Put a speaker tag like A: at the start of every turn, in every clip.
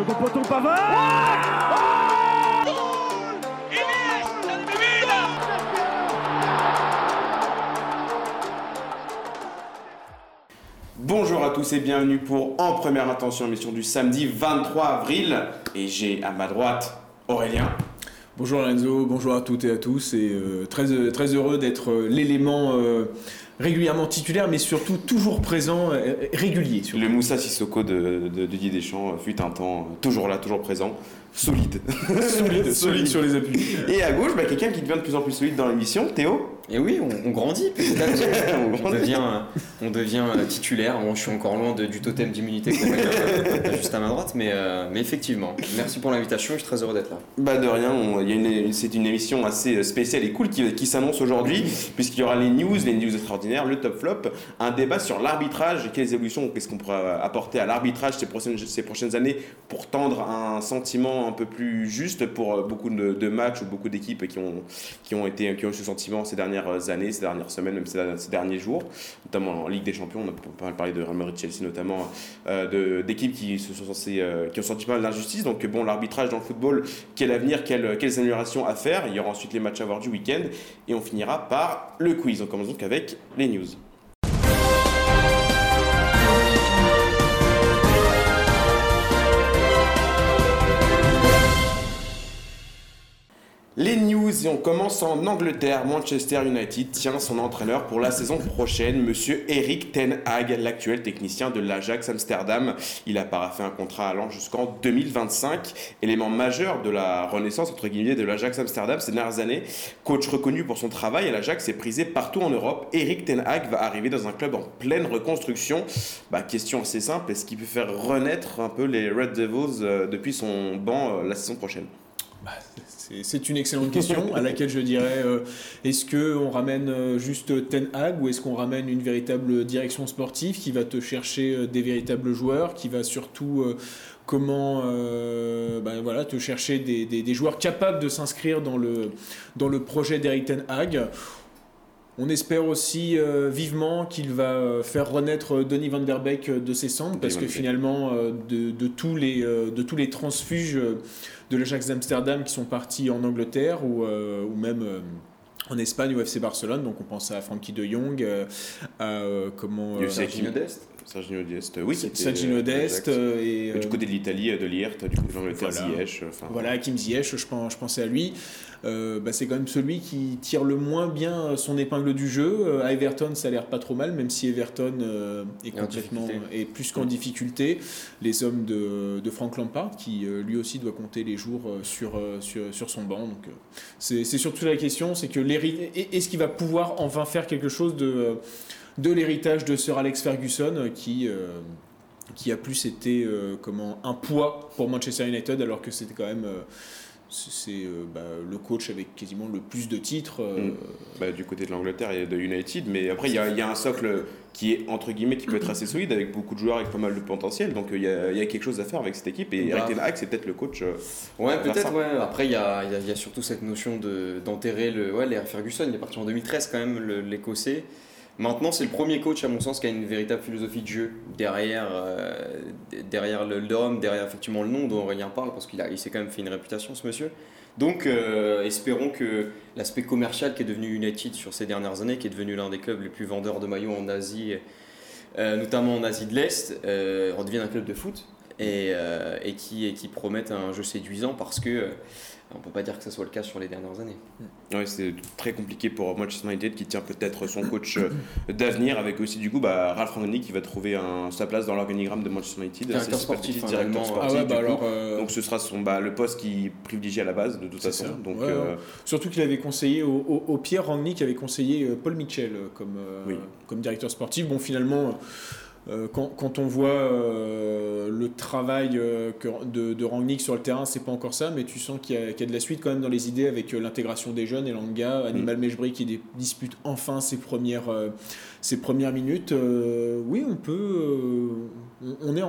A: second poteau, Pavard.
B: Bonjour à tous et bienvenue pour En Première Intention, émission du samedi 23 avril. Et j'ai à ma droite Aurélien.
C: Bonjour Lorenzo, bonjour à toutes et à tous. Et très heureux d'être l'élément régulièrement titulaire, mais surtout toujours présent, régulier. Surtout.
B: Le Moussa Sissoko de Didier Deschamps fut un temps toujours là, toujours présent. Solide.
C: solide sur les appuis.
B: Et à gauche, quelqu'un qui devient de plus en plus solide dans l'émission, Théo.
D: Et oui, on grandit petit à petit. on devient titulaire. Bon, je suis encore loin du totem d'immunité que t'as juste à ma droite, mais effectivement. Merci pour l'invitation, je suis très heureux d'être là.
B: De rien, c'est une émission assez spéciale et cool qui s'annonce aujourd'hui, puisqu'il y aura les news extraordinaires, le top flop, un débat sur l'arbitrage, quelles évolutions, qu'est-ce qu'on pourrait apporter à l'arbitrage ces prochaines années pour tendre à un sentiment un peu plus juste pour beaucoup de matchs ou beaucoup d'équipes qui ont eu ce sentiment ces dernières années, ces dernières semaines, même ces derniers jours, notamment en Ligue des Champions. On a pas mal parlé de Real Madrid, Chelsea notamment, d'équipes qui ont senti pas mal d'injustice. Donc l'arbitrage dans le football, quel avenir, quelles améliorations à faire. Il y aura ensuite les matchs à voir du week-end et on finira par le quiz. On commence donc avec les news. Les news, et on commence en Angleterre. Manchester United tient son entraîneur pour la saison prochaine, monsieur Erik ten Hag, l'actuel technicien de l'Ajax Amsterdam. Il a paraphé un contrat allant jusqu'en 2025, élément majeur de la renaissance entre guillemets de l'Ajax Amsterdam ces dernières années. Coach reconnu pour son travail à l'Ajax et prisé partout en Europe, Erik ten Hag va arriver dans un club en pleine reconstruction. Question assez simple, est-ce qu'il peut faire renaître un peu les Red Devils depuis son banc la saison prochaine ?
C: C'est une excellente question à laquelle je dirais est-ce qu'on ramène juste Ten Hag ou est-ce qu'on ramène une véritable direction sportive qui va te chercher des véritables joueurs, qui va surtout te chercher des joueurs capables de s'inscrire dans le projet d'Erik Ten Hag. On espère aussi vivement qu'il va faire renaître Donny van der Beek de ses cendres, parce que finalement, de tous les transfuges de l'Ajax d'Amsterdam qui sont partis en Angleterre ou même en Espagne ou FC Barcelone, donc on pense à Frankie de Jong,
B: Serginho Dest, oui,
C: Serginho Dest et
B: du côté de l'Italie, de Liège, du côté de l'Angleterre, Ziyech.
C: Hakim Ziyech, je pensais à lui. C'est quand même celui qui tire le moins bien son épingle du jeu. À Everton, ça a l'air pas trop mal, même si Everton est plus qu'en difficulté. Les hommes de Frank Lampard, qui lui aussi doit compter les jours sur son banc. Donc c'est surtout la question, c'est que est-ce qu'il va pouvoir enfin faire quelque chose de l'héritage de Sir Alex Ferguson qui a plus été un poids pour Manchester United, alors que c'était quand même le coach avec quasiment le plus de titres
B: du côté de l'Angleterre et de United, mais après il y a un socle qui est entre guillemets qui peut être assez solide avec beaucoup de joueurs avec pas mal de potentiel, donc il y a quelque chose à faire avec cette équipe et Erik ten Hag c'est peut-être le coach
D: Après il y a surtout cette notion d'enterrer l'ère Ferguson. Il est parti en 2013 quand même, l'Écossais. Maintenant, c'est le premier coach, à mon sens, qui a une véritable philosophie de jeu derrière l'homme, derrière effectivement le nom dont Aurélien parle, parce qu'il s'est quand même fait une réputation, ce monsieur. Donc, espérons que l'aspect commercial qui est devenu United sur ces dernières années, qui est devenu l'un des clubs les plus vendeurs de maillots en Asie, notamment en Asie de l'Est, redevienne un club de foot et qui promette un jeu séduisant, parce que on ne peut pas dire que ce soit le cas sur les dernières années.
B: Oui, c'est très compliqué pour Manchester United qui tient peut-être son coach d'avenir, avec aussi du coup Ralph Rangnick qui va trouver sa place dans l'organigramme de Manchester United.
D: Directeur sportif.
B: Donc ce sera le poste qui privilégie à la base de toute façon. Donc,
C: surtout qu'il avait conseillé au Pierre Rangnick avait conseillé Paul Mitchell comme directeur sportif. Bon, finalement. Quand on voit le travail de Rangnick sur le terrain, c'est pas encore ça, mais tu sens qu'il y a de la suite quand même dans les idées avec l'intégration des jeunes. Elanga, Hannibal Mejbri qui dispute enfin ses premières minutes. Oui, on peut. On est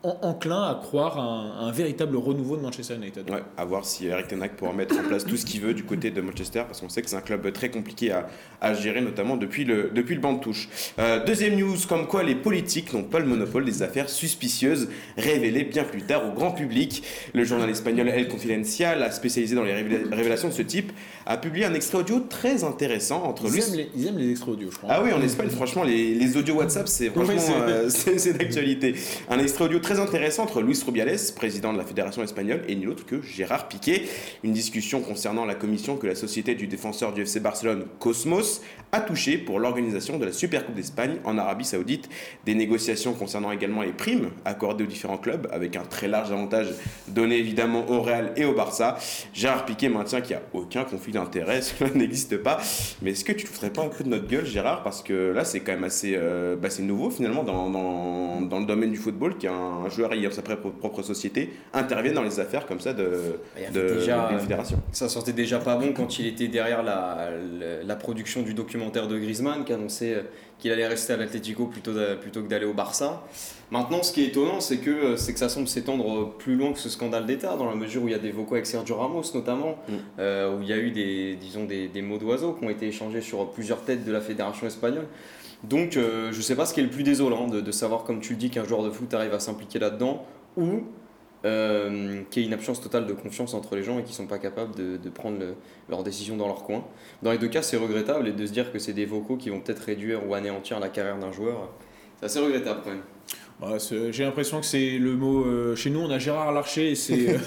C: enclin à croire à un véritable renouveau de Manchester United.
B: Ouais, à voir si Erik ten Hag pourra mettre en place tout ce qu'il veut du côté de Manchester, parce qu'on sait que c'est un club très compliqué à gérer, notamment depuis le banc de touche. Deuxième news, comme quoi les politiques n'ont pas le monopole des affaires suspicieuses révélées bien plus tard au grand public. Le journal espagnol El Confidencial, spécialisé dans les révélations de ce type, a publié un extrait audio très intéressant entre
C: Ils aiment les extraits audio, je crois.
B: Ah oui, en Espagne, franchement, les audios WhatsApp, c'est franchement c'est d'actualité. Un extrait audio très intéressant entre Luis Rubiales, président de la Fédération espagnole, et nul autre que Gérard Piqué. Une discussion concernant la commission que la société du défenseur du FC Barcelone, Cosmos, a touché pour l'organisation de la Supercoupe d'Espagne en Arabie Saoudite. Des négociations concernant également les primes accordées aux différents clubs, avec un très large avantage donné évidemment au Real et au Barça. Gérard Piqué maintient qu'il n'y a aucun conflit d'intérêt, cela n'existe pas. Mais est-ce que tu ne te ferais pas un peu de notre gueule, Gérard, parce que là c'est quand même assez c'est nouveau finalement dans le domaine du football qu'un joueur ayant sa propre société intervienne dans les affaires comme ça d'une fédération.
D: Ça sortait déjà pas bon quand il était derrière la production du documentaire de Griezmann qui annonçait qu'il allait rester à l'Atlético plutôt que d'aller au Barça. Maintenant, ce qui est étonnant, c'est que ça semble s'étendre plus loin que ce scandale d'État, dans la mesure où il y a des vocaux avec Sergio Ramos notamment, où il y a eu des mots d'oiseau qui ont été échangés sur plusieurs têtes de la fédération espagnole. Donc je ne sais pas ce qui est le plus désolant, de savoir, comme tu le dis, qu'un joueur de foot arrive à s'impliquer là-dedans, ou qu'il y ait une absence totale de confiance entre les gens et qu'ils ne sont pas capables de prendre leurs décisions dans leur coin. Dans les deux cas, c'est regrettable, et de se dire que c'est des vocaux qui vont peut-être réduire ou anéantir la carrière d'un joueur, c'est assez regrettable quand même.
C: Ouais, j'ai l'impression que c'est le mot. Chez nous, on a Gérard Larcher et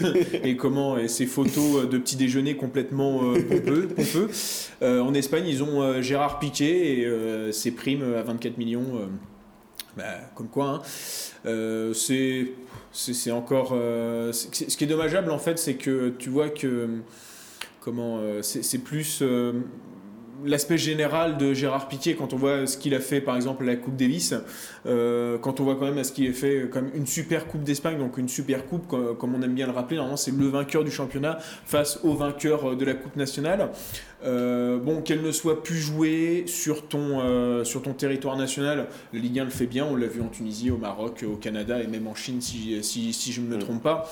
C: ses photos de petit déjeuner complètement pompeux. En Espagne, ils ont Gérard Piqué et ses primes à 24 millions. Comme quoi, hein. C'est encore. Ce qui est dommageable en fait, c'est que tu vois que c'est plus. L'aspect général de Gérard Piqué, quand on voit ce qu'il a fait par exemple à la Coupe Davis, quand on voit quand même à ce qu'il a fait comme une super Coupe d'Espagne, donc une super coupe comme on aime bien le rappeler, normalement c'est le vainqueur du championnat face au vainqueur de la Coupe nationale. Qu'elle ne soit plus jouée sur ton territoire national, la Ligue 1 le fait bien, on l'a vu en Tunisie, au Maroc, au Canada et même en Chine si je ne me trompe pas.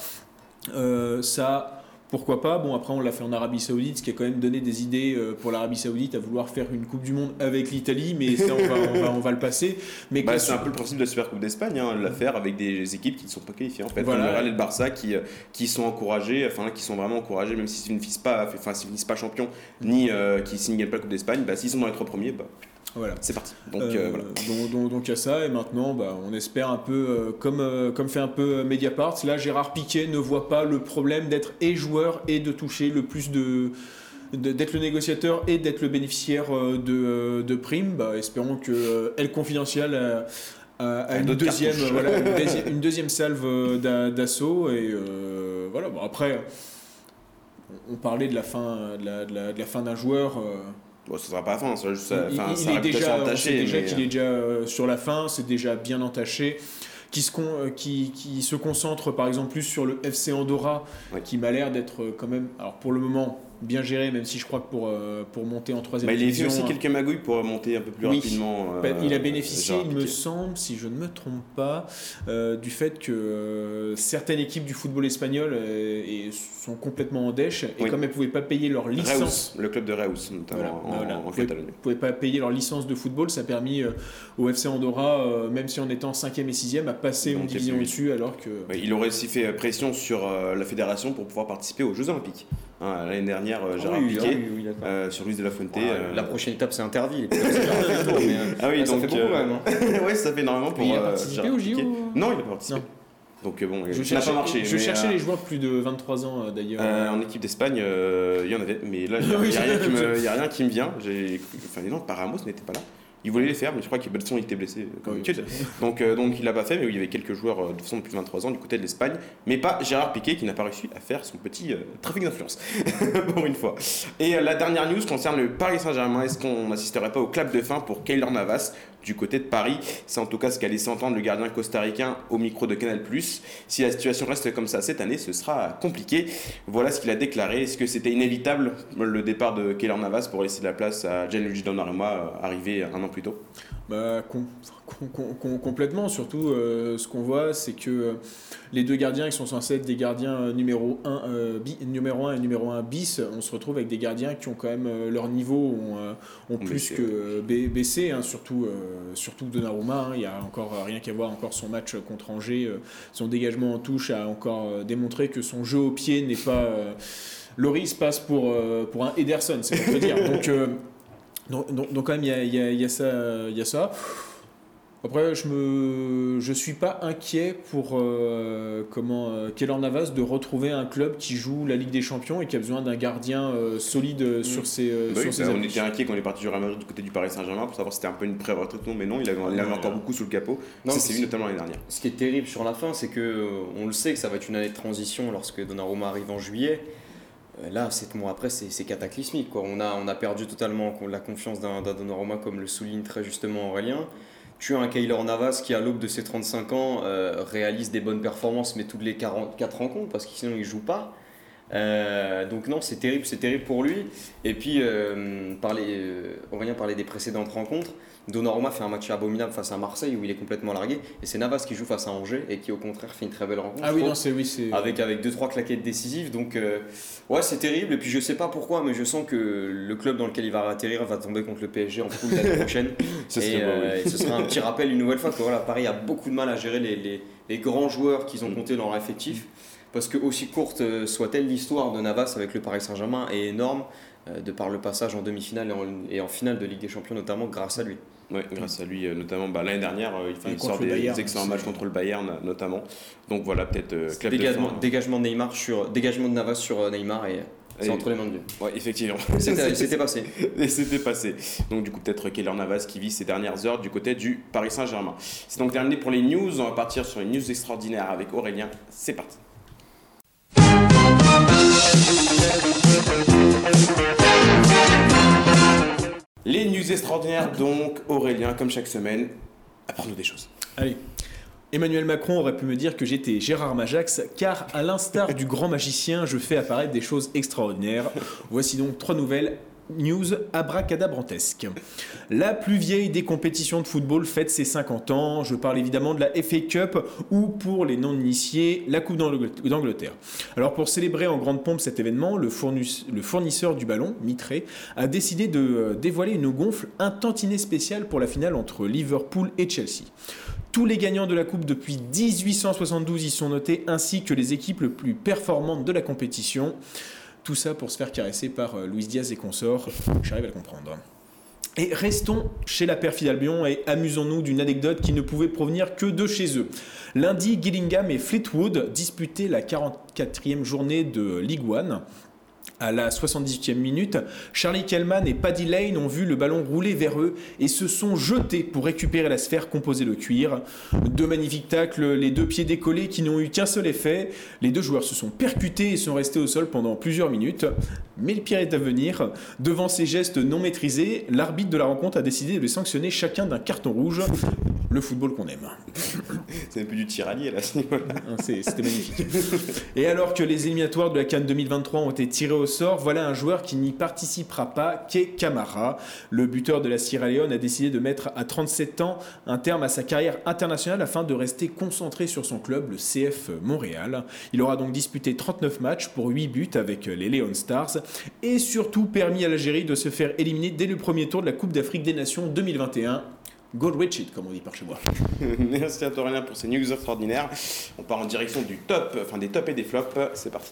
C: Ça... Pourquoi pas ? Bon, après, on l'a fait en Arabie Saoudite, ce qui a quand même donné des idées pour l'Arabie Saoudite à vouloir faire une Coupe du Monde avec l'Italie, mais ça, on va le passer. Mais
B: c'est un peu le principe de la Super Coupe d'Espagne, la faire avec des équipes qui ne sont pas qualifiées. En fait,
C: voilà.
B: Comme le Real et le Barça qui sont encouragés, qui sont vraiment encouragés, même s'ils ne finissent pas champions, ni s'ils ne gagnent pas la Coupe d'Espagne, s'ils sont dans les 3 premiers, voilà. C'est parti.
C: Donc à ça, et maintenant on espère un peu comme fait un peu Mediapart. Là, Gérard Piqué ne voit pas le problème d'être et joueur et de toucher le plus d'être le négociateur et d'être le bénéficiaire de primes. Espérons que El Confidencial a une deuxième salve d'assaut et voilà. Bon, après, on parlait de la fin d'un joueur.
B: Bon, ce sera pas la fin, ça juste
C: il est déjà qu'il est déjà sur la fin, c'est déjà bien entaché. Qui se concentre par exemple plus sur le FC Andorra, qui m'a l'air d'être quand même, alors pour le moment, bien géré, même si je crois que pour monter en 3e division...
B: Il a fait aussi quelques magouilles pour monter un peu plus rapidement.
C: Il a bénéficié, il me semble, si je ne me trompe pas, du fait que certaines équipes du football espagnol sont complètement en dèche, et comme elles ne pouvaient pas payer leur licence...
B: Reus, le club de Reus, notamment, en Catalogne.
C: Ils ne pouvaient pas payer leur licence de football, ça a permis au FC Andorra, même si en étant 5e et 6e, à passer une division au-dessus, alors que...
B: Il aurait aussi fait pression sur la fédération pour pouvoir participer aux Jeux Olympiques. L'année dernière, Gérard Piqué, sur Luis de la Fuente.
D: La prochaine étape, c'est Interville.
B: Ça fait beaucoup même. Oui, ça fait énormément pour
C: il a participé au JO.
B: Non, il n'a pas participé. Donc
C: ça n'a pas marché. Je cherchais les joueurs de plus de 23 ans d'ailleurs.
B: En équipe d'Espagne, il y en avait, mais là, il n'y a rien qui me vient. Non, Paramos n'était pas là. Il voulait les faire, mais je crois que Belson était blessé comme d'habitude. Donc il l'a pas fait, mais il y avait quelques joueurs de façon de plus de 23 ans du côté de l'Espagne, mais pas Gérard Piqué qui n'a pas réussi à faire son petit trafic d'influence, pour une fois. Et la dernière news concerne le Paris Saint-Germain. Est-ce qu'on n'assisterait pas au clap de fin pour Keylor Navas du côté de Paris? C'est en tout cas ce qu'a laissé entendre le gardien costaricain au micro de Canal+. Si la situation reste comme ça cette année, ce sera compliqué. Voilà ce qu'il a déclaré. Est-ce que c'était inévitable le départ de Keylor Navas pour laisser de la place à Gianluigi Donnarumma arrivé un an plus tôt?
C: Complètement, surtout ce qu'on voit c'est que les deux gardiens qui sont censés être des gardiens numéro 1 et numéro 1 bis, on se retrouve avec des gardiens qui ont quand même leur niveau ont plus que baissé, hein, surtout Donnarumma, hein, il y a encore rien qu'à voir encore son match contre Angers, son dégagement en touche a encore démontré que son jeu au pied n'est pas Loris passe pour un Ederson, c'est pour te dire. Donc quand même il y a ça. Après je suis pas inquiet pour Keylor Navas de retrouver un club qui joue la Ligue des Champions et qui a besoin d'un gardien solide sur ses
B: on était inquiet quand on est parti du Real Madrid du côté du Paris Saint-Germain pour savoir si c'était un peu une pré-retraite, mais non, il avait encore beaucoup sous le capot. Ça s'est vu notamment l'année dernière.
D: Ce qui est terrible sur la fin, c'est que on le sait que ça va être une année de transition lorsque Donnarumma arrive en juillet. Là, 7 mois après, c'est cataclysmique, quoi. On a perdu totalement la confiance d'un Donnarumma, comme le souligne très justement Aurélien. Tu as un Keylor Navas qui, à l'aube de ses 35 ans, réalise des bonnes performances, mais toutes les 4 rencontres, parce que sinon il ne joue pas. Donc non, c'est terrible pour lui. Et puis, Aurélien parlait des précédentes rencontres. Donnarumma fait un match abominable face à Marseille où il est complètement largué, et c'est Navas qui joue face à Angers et qui au contraire fait une très belle rencontre.
C: Ah oui, non, c'est
D: avec 2-3 claquettes décisives. Donc ouais, c'est terrible. Et puis je sais pas pourquoi, mais je sens que le club dans lequel il va atterrir va tomber contre le PSG en poule l'année prochaine. Et ce sera un petit rappel une nouvelle fois que voilà, Paris a beaucoup de mal à gérer les grands joueurs qu'ils ont comptés dans leur effectif. Parce que aussi courte soit-elle, l'histoire de Navas avec le Paris Saint-Germain est énorme, de par le passage en demi-finale et en finale de Ligue des Champions, notamment grâce à lui.
B: Oui, grâce à lui, notamment l'année dernière, il sort des excellents matchs contre le Bayern, notamment. Donc voilà, peut-être
D: dégagement de Navas sur Neymar et c'est entre les mains de Dieu.
B: Oui, effectivement.
D: C'était passé.
B: Et c'était passé. Donc du coup, peut-être Keylor Navas qui vit ses dernières heures du côté du Paris Saint-Germain. C'est donc terminé pour les news. On va partir sur une news extraordinaire avec Aurélien. C'est parti. Les news extraordinaires, donc Aurélien, comme chaque semaine, apprends-nous des choses.
C: Allez. Emmanuel Macron aurait pu me dire que j'étais Gérard Majax, car à l'instar du grand magicien, je fais apparaître des choses extraordinaires. Voici donc 3 nouvelles news abracadabrantesques. La plus vieille des compétitions de football fête ses 50 ans. Je parle évidemment de la FA Cup ou, pour les non-initiés, la Coupe d'Angleterre. Alors pour célébrer en grande pompe cet événement, le fournisseur du ballon, Mitre, a décidé de dévoiler une gonfle un tantinet spéciale pour la finale entre Liverpool et Chelsea. Tous les gagnants de la Coupe depuis 1872 y sont notés, ainsi que les équipes les plus performantes de la compétition. Tout ça pour se faire caresser par Luis Diaz et consorts. J'arrive à le comprendre. Et restons chez la perfide Albion et amusons-nous d'une anecdote qui ne pouvait provenir que de chez eux. Lundi, Gillingham et Fleetwood disputaient la 44e journée de League One. À la 78e minute, Charlie Kellman et Paddy Lane ont vu le ballon rouler vers eux et se sont jetés pour récupérer la sphère composée de cuir. 2 magnifiques tacles, les 2 pieds décollés qui n'ont eu qu'un seul effet. Les 2 joueurs se sont percutés et sont restés au sol pendant plusieurs minutes. Mais le pire est à venir. Devant ces gestes non maîtrisés, l'arbitre de la rencontre a décidé de les sanctionner chacun d'un carton rouge. Le football qu'on aime.
B: C'est un peu du tiralier là, ce niveau-là.
C: C'était magnifique. Et alors que les éliminatoires de la CAN 2023 ont été tirés au sort, voilà un joueur qui n'y participera pas, Kei Kamara. Le buteur de la Sierra Leone a décidé de mettre à 37 ans un terme à sa carrière internationale afin de rester concentré sur son club, le CF Montréal. Il aura donc disputé 39 matchs pour 8 buts avec les Leon Stars et surtout permis à l'Algérie de se faire éliminer dès le premier tour de la Coupe d'Afrique des Nations 2021. Go Richard, comme on dit par chez moi.
B: Merci à toi Aurélien pour ces news extraordinaires. On part en direction des tops et des flops. C'est parti.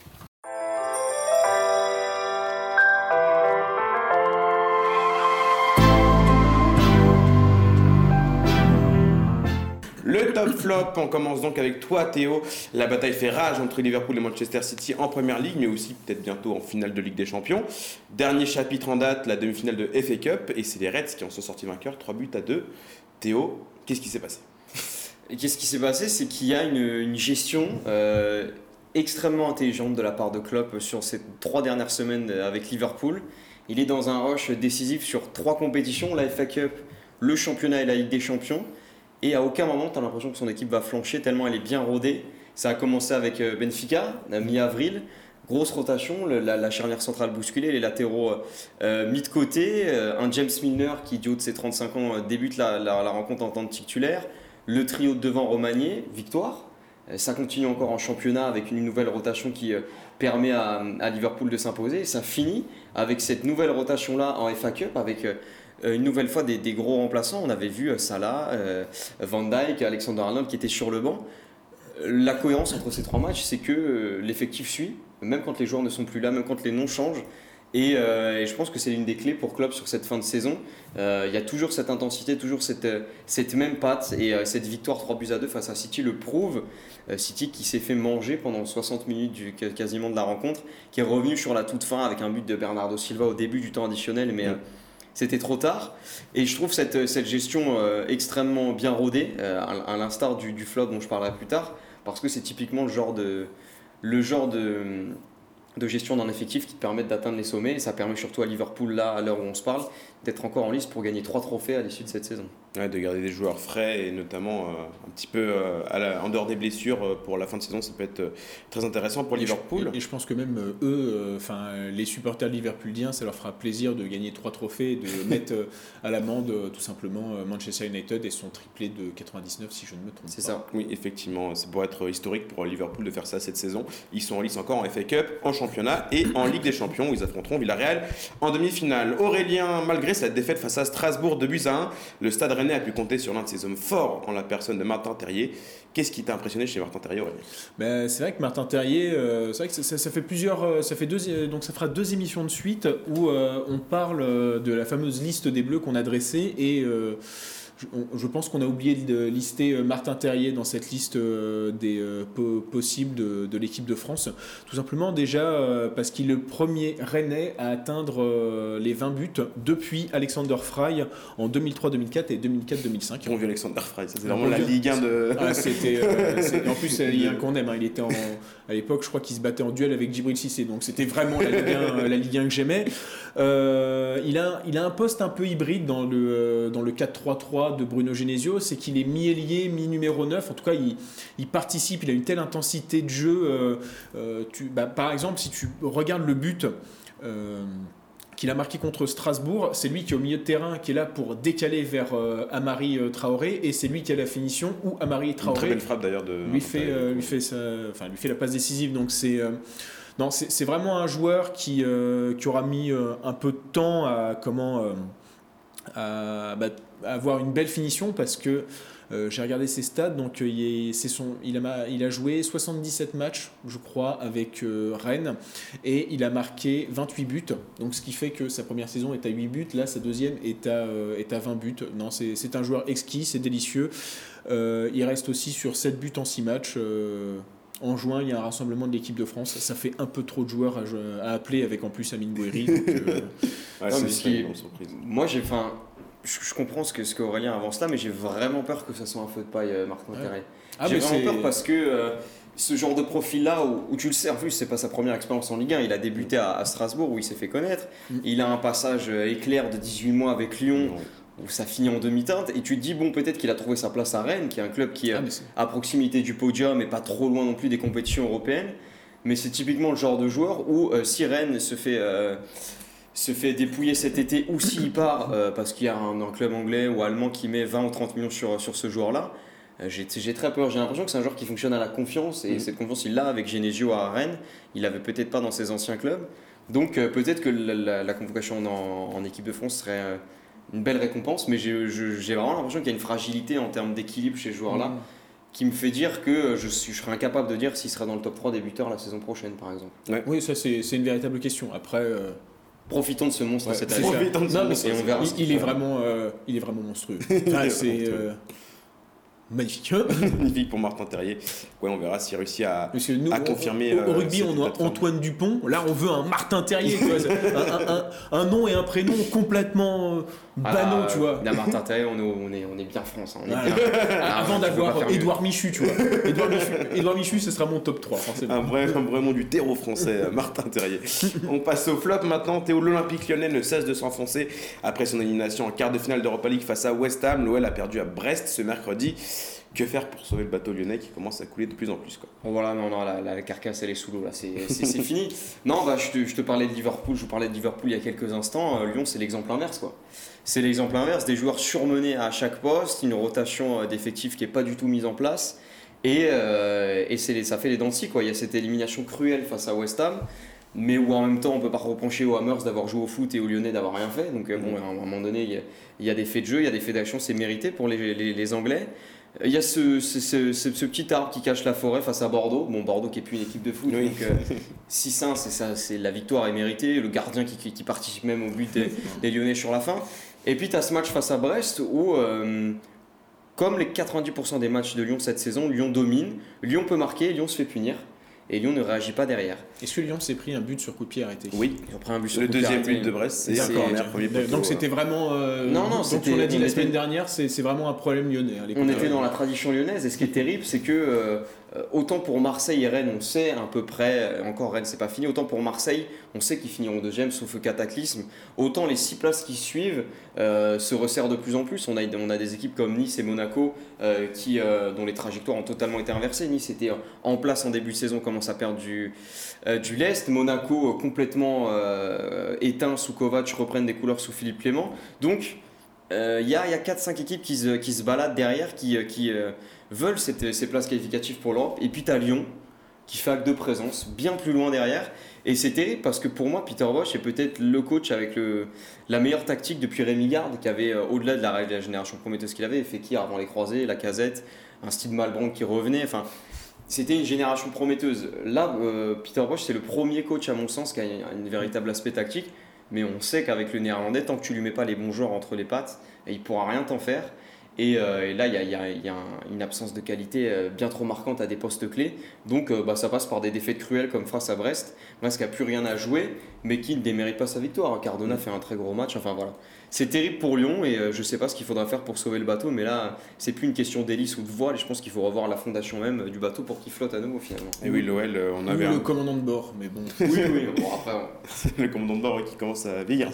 B: Le top flop, on commence donc avec toi Théo. La bataille fait rage entre Liverpool et Manchester City en Première Ligue, mais aussi peut-être bientôt en finale de Ligue des Champions. Dernier chapitre en date, la demi-finale de FA Cup, et c'est les Reds qui en sont sortis vainqueurs, 3-2. Théo, qu'est-ce qui s'est passé ?
D: Et qu'est-ce qui s'est passé ? C'est qu'il y a une gestion extrêmement intelligente de la part de Klopp sur ces 3 dernières semaines avec Liverpool. Il est dans un rush décisif sur 3 compétitions, la FA Cup, le championnat et la Ligue des Champions. Et à aucun moment, tu as l'impression que son équipe va flancher tellement elle est bien rodée. Ça a commencé avec Benfica, mi-avril, Grosse rotation, la charnière centrale bousculée, les latéraux mis de côté, un James Milner qui, du haut de ses 35 ans, débute la rencontre en tant que titulaire, le trio de devant remanié, victoire. Ça continue encore en championnat avec une nouvelle rotation qui permet à Liverpool de s'imposer. Ça finit avec cette nouvelle rotation-là en FA Cup, avec une nouvelle fois des gros remplaçants. On avait vu Salah, Van Dijk, Alexander-Arnold qui étaient sur le banc. La cohérence entre ces 3 matchs, c'est que l'effectif suit, même quand les joueurs ne sont plus là, même quand les noms changent. Et je pense que c'est l'une des clés pour Klopp sur cette fin de saison. Il y a toujours cette intensité, toujours cette même patte. Et cette victoire 3-2 face à City le prouve. City qui s'est fait manger pendant 60 minutes quasiment de la rencontre, qui est revenu sur la toute fin avec un but de Bernardo Silva au début du temps additionnel, mais c'était trop tard. Et je trouve cette gestion extrêmement bien rodée, à l'instar du flop dont je parlerai plus tard, parce que c'est typiquement le genre de gestion d'un effectif qui te permet d'atteindre les sommets. Et ça permet surtout à Liverpool, là, à l'heure où on se parle, d'être encore en lice pour gagner 3 trophées à l'issue de cette saison.
B: Ouais, de garder des joueurs frais et notamment un petit peu en dehors des blessures pour la fin de saison, ça peut être très intéressant pour Liverpool.
C: Et je pense que même eux, les supporters liverpooliens, ça leur fera plaisir de gagner 3 trophées et de mettre à l'amende tout simplement Manchester United et son triplé de 99 si je ne me trompe pas.
B: C'est ça. Oui, effectivement, c'est pour être historique pour Liverpool de faire ça cette saison. Ils sont en lice encore en FA Cup, en championnat et en Ligue des Champions où ils affronteront Villarreal en demi-finale. Aurélien, malgré sa défaite face à Strasbourg 2-1, le Stade Rennais a pu compter sur l'un de ses hommes forts en la personne de Martin Terrier. Qu'est-ce qui t'a impressionné chez Martin Terrier, Aurélien ?
C: C'est vrai que Martin Terrier, c'est vrai que ça fait plusieurs, donc ça fera 2 émissions de suite où on parle de la fameuse liste des Bleus qu'on a dressée et je pense qu'on a oublié de lister Martin Terrier dans cette liste des possibles de l'équipe de France. Tout simplement déjà parce qu'il est le premier Rennais à atteindre les 20 buts depuis Alexander Fry en 2003-2004 et 2004-2005.
B: On vu Alexander Fry, ça c'est vraiment la Ligue 1 de...
C: En plus, c'est la Ligue 1 qu'on aime. Il était à l'époque, je crois qu'il se battait en duel avec Djibril Cissé. Donc c'était vraiment la Ligue 1 que j'aimais. Il a un poste un peu hybride dans le 4-3-3 de Bruno Genesio, c'est qu'il est mi-ailier, mi-numéro 9. En tout cas, il participe, il a une telle intensité de jeu. Par exemple, si tu regardes le but qu'il a marqué contre Strasbourg, c'est lui qui est au milieu de terrain, qui est là pour décaler vers Amari Traoré, et c'est lui qui a la finition où Amari Traoré...
B: Une très belle frappe d'ailleurs de...
C: lui fait la passe décisive. Donc c'est vraiment un joueur qui aura mis un peu de temps à avoir une belle finition, parce que j'ai regardé ses stats, donc il a joué 77 matchs, je crois, avec Rennes, et il a marqué 28 buts, donc ce qui fait que sa première saison est à 8 buts, là sa deuxième est à 20 buts. Non, c'est un joueur exquis, c'est délicieux. Il reste aussi sur 7 buts en 6 matchs. En juin, il y a un rassemblement de l'équipe de France. Ça fait un peu trop de joueurs à appeler, avec en plus Amine Gouiri.
D: Moi, je comprends ce qu'Aurélien avance là, mais j'ai vraiment peur que ça soit un feu de paille, Martin Terrier. J'ai vraiment peur parce que ce genre de profil-là, où tu le sais, en plus, c'est pas sa première expérience en Ligue 1. Il a débuté à Strasbourg, où il s'est fait connaître. Il a un passage éclair de 18 mois avec Lyon, où ça finit en demi-teinte, et tu te dis, bon, peut-être qu'il a trouvé sa place à Rennes, qui est un club qui est à proximité du podium et pas trop loin non plus des compétitions européennes. Mais c'est typiquement le genre de joueur où si Rennes se fait dépouiller cet été, ou s'il part parce qu'il y a un club anglais ou allemand qui met 20 ou 30 millions sur ce joueur-là, j'ai très peur. J'ai l'impression que c'est un joueur qui fonctionne à la confiance, et cette confiance il l'a avec Genesio à Rennes, il l'avait peut-être pas dans ses anciens clubs. Donc peut-être que la convocation en équipe de France serait une belle récompense, mais j'ai vraiment l'impression qu'il y a une fragilité en termes d'équilibre chez ce joueur-là, qui me fait dire que je serais incapable de dire s'il sera dans le top 3 des buteurs la saison prochaine, par exemple.
C: Ouais. Oui, ça c'est une véritable question. Après...
D: Profitons de ce monstre cette année.
C: On verra. Il est vraiment monstrueux. C'est magnifique.
B: Magnifique pour Martin Terrier. Ouais, on verra s'il réussit à confirmer.
C: Au rugby, on a Antoine Dupont. Là, on veut un Martin Terrier. Un nom et un prénom complètement banaux, tu vois.
D: Là, Martin Terrier, on est bien France. On est bien.
C: Avant d'avoir Édouard Michu, tu vois. Édouard Michu, ce sera mon top 3, forcément.
B: Un vrai nom du terreau français, Martin Terrier. On passe au flop maintenant. Théo, l'Olympique Lyonnais ne cesse de s'enfoncer après son élimination en quart de finale d'Europa League face à West Ham. L'OL a perdu à Brest ce mercredi. Que faire pour sauver le bateau lyonnais qui commence à couler de plus en plus, quoi.
D: Bon, voilà, non, la carcasse elle est sous l'eau là, c'est fini. Non, bah, je te parlais de Liverpool, je vous parlais de Liverpool il y a quelques instants. Lyon, c'est l'exemple inverse, quoi. C'est l'exemple inverse, des joueurs surmenés à chaque poste, une rotation d'effectifs qui n'est pas du tout mise en place. Et ça fait les dents de scie, quoi. Il y a cette élimination cruelle face à West Ham, mais où en même temps on peut pas reprocher aux Hammers d'avoir joué au foot et aux Lyonnais d'avoir rien fait. Donc bon, à un moment donné, il y a des faits de jeu, il y a des faits d'action, c'est mérité pour les Anglais. Il y a ce petit arbre qui cache la forêt face à Bordeaux. Bon, Bordeaux qui est plus une équipe de foot,
B: Oui.
D: donc 6-1, c'est la victoire est méritée. Le gardien qui participe même au but des Lyonnais sur la fin. Et puis tu as ce match face à Brest où, comme les 90% des matchs de Lyon cette saison, Lyon domine, Lyon peut marquer, Lyon se fait punir. Et Lyon ne réagit pas derrière.
C: Est-ce que Lyon s'est pris un but sur coup de pied arrêté ?
B: Oui,
D: ils ont pris un but sur
B: le
D: coup de pied
B: deuxième
D: arrêté.
B: but de Brest, c'est un
D: C'est-
B: corner, premier poteau.
C: Donc c'était vraiment.
D: Non,
C: donc
D: c'était-
C: on l'a dit
D: on
C: la
D: était-
C: semaine dernière, c'est vraiment un problème lyonnais. Hein, les
D: On
C: coups de
D: était
C: pied.
D: dans la tradition lyonnaise et ce qui est terrible, c'est que autant pour Marseille et Rennes, on sait à peu près, encore Rennes c'est pas fini, autant pour Marseille, on sait qu'ils finiront deuxième sauf cataclysme, autant les 6 places qui suivent se resserrent de plus en plus. On a des équipes comme Nice et Monaco dont les trajectoires ont totalement été inversées. Nice était en place en début de saison, commence à perdre du lest. Monaco complètement éteint sous Kovac, reprennent des couleurs sous Philippe Clément. Donc il y a 4-5 équipes qui se baladent derrière, qui veulent ces places qualificatives pour l'Europe. Et puis tu as Lyon qui fait acte de présence, bien plus loin derrière. Et c'est terrible parce que pour moi, Peter Bosz est peut-être le coach avec la meilleure tactique depuis Rémi Garde, qui avait, au-delà de la génération prometteuse qu'il avait, Fekir avant les croisés, Lacazette, un style Malbranque qui revenait. Enfin, c'était une génération prometteuse. Là, Peter Bosz, c'est le premier coach, à mon sens, qui a un véritable aspect tactique. Mais on sait qu'avec le néerlandais, tant que tu lui mets pas les bons joueurs entre les pattes, il pourra rien t'en faire. Et là, il y a une absence de qualité bien trop marquante à des postes clés. Donc, ça passe par des défaites cruelles comme face à Brest. Brest qui n'a plus rien à jouer, mais qui ne démérite pas sa victoire. Cardona fait un très gros match. Enfin, voilà. C'est terrible pour Lyon et je ne sais pas ce qu'il faudra faire pour sauver le bateau. Mais là, c'est plus une question d'hélice ou de voile. Et je pense qu'il faut revoir la fondation même du bateau pour qu'il flotte à nouveau, finalement.
B: Et oui, l'OL, on
C: Ou
B: avait
C: le commandant de bord, mais bon.
D: Oui. Bon, après,
B: le commandant de bord qui commence à vieillir.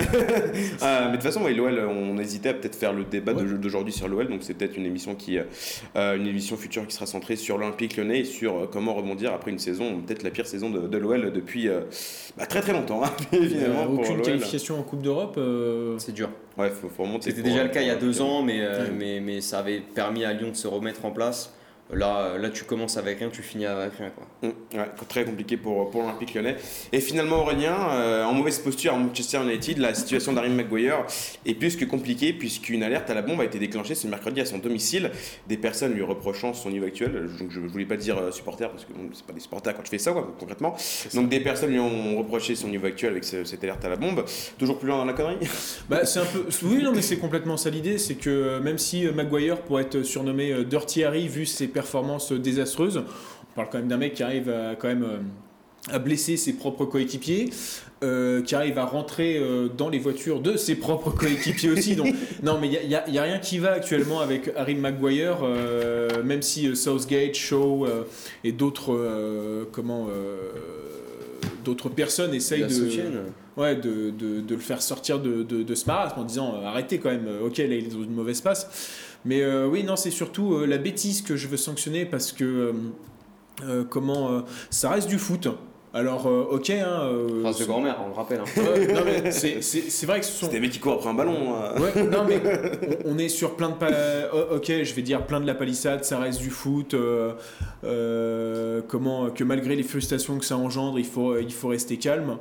B: Mais de toute façon, ouais, l'OL, on hésitait à peut-être faire le débat d'aujourd'hui sur l'OL, donc c'est peut-être une émission une émission future qui sera centrée sur l'Olympique Lyonnais et sur comment rebondir après une saison, peut-être la pire saison de l'OL depuis très très longtemps. Hein, finalement, pour
C: Aucune
B: l'OL.
C: qualification en Coupe d'Europe.
D: c'est dur.
B: Ouais, faut remonter.
D: C'était
B: pour-
D: déjà le cas il y a
B: pour-
D: 2 ans, mais ça avait permis à Lyon de se remettre en place. Là, tu commences avec rien, tu finis avec rien, quoi.
B: Ouais, très compliqué pour l'Olympique Lyonnais. Et finalement, Aurélien, en mauvaise posture à Manchester United, la situation d'Harry Maguire est plus que compliquée puisqu'une alerte à la bombe a été déclenchée ce mercredi à son domicile. Des personnes lui reprochant son niveau actuel. Donc, je ne voulais pas dire supporter parce que c'est pas des supporters quand tu fais ça, quoi, concrètement. Donc des personnes lui ont reproché son niveau actuel avec cette alerte à la bombe. Toujours plus loin dans la connerie.
C: C'est un peu. Oui, non, mais c'est complètement ça l'idée. C'est que même si Maguire pourrait être surnommé Dirty Harry vu ses performances désastreuses, on parle quand même d'un mec qui arrive à blesser ses propres coéquipiers, qui arrive à rentrer dans les voitures de ses propres coéquipiers aussi. Donc, non, mais il y a rien qui va actuellement avec Harry Maguire, même si Southgate, Shaw et d'autres d'autres personnes essayent de le faire sortir de ce marasme en disant arrêtez quand même, ok là il est dans une mauvaise passe. Mais oui, non, c'est surtout la bêtise que je veux sanctionner parce que ça reste du foot. Alors, ok.
D: Phrase de grand-mère, on le rappelle. Hein.
C: Non, mais c'est vrai que ce sont.
B: C'est des mecs qui courent après un ballon.
C: Ouais, non, mais on est sur plein de. Ok, je vais dire plein de la palissade, ça reste du foot. Que malgré les frustrations que ça engendre, il faut rester calme.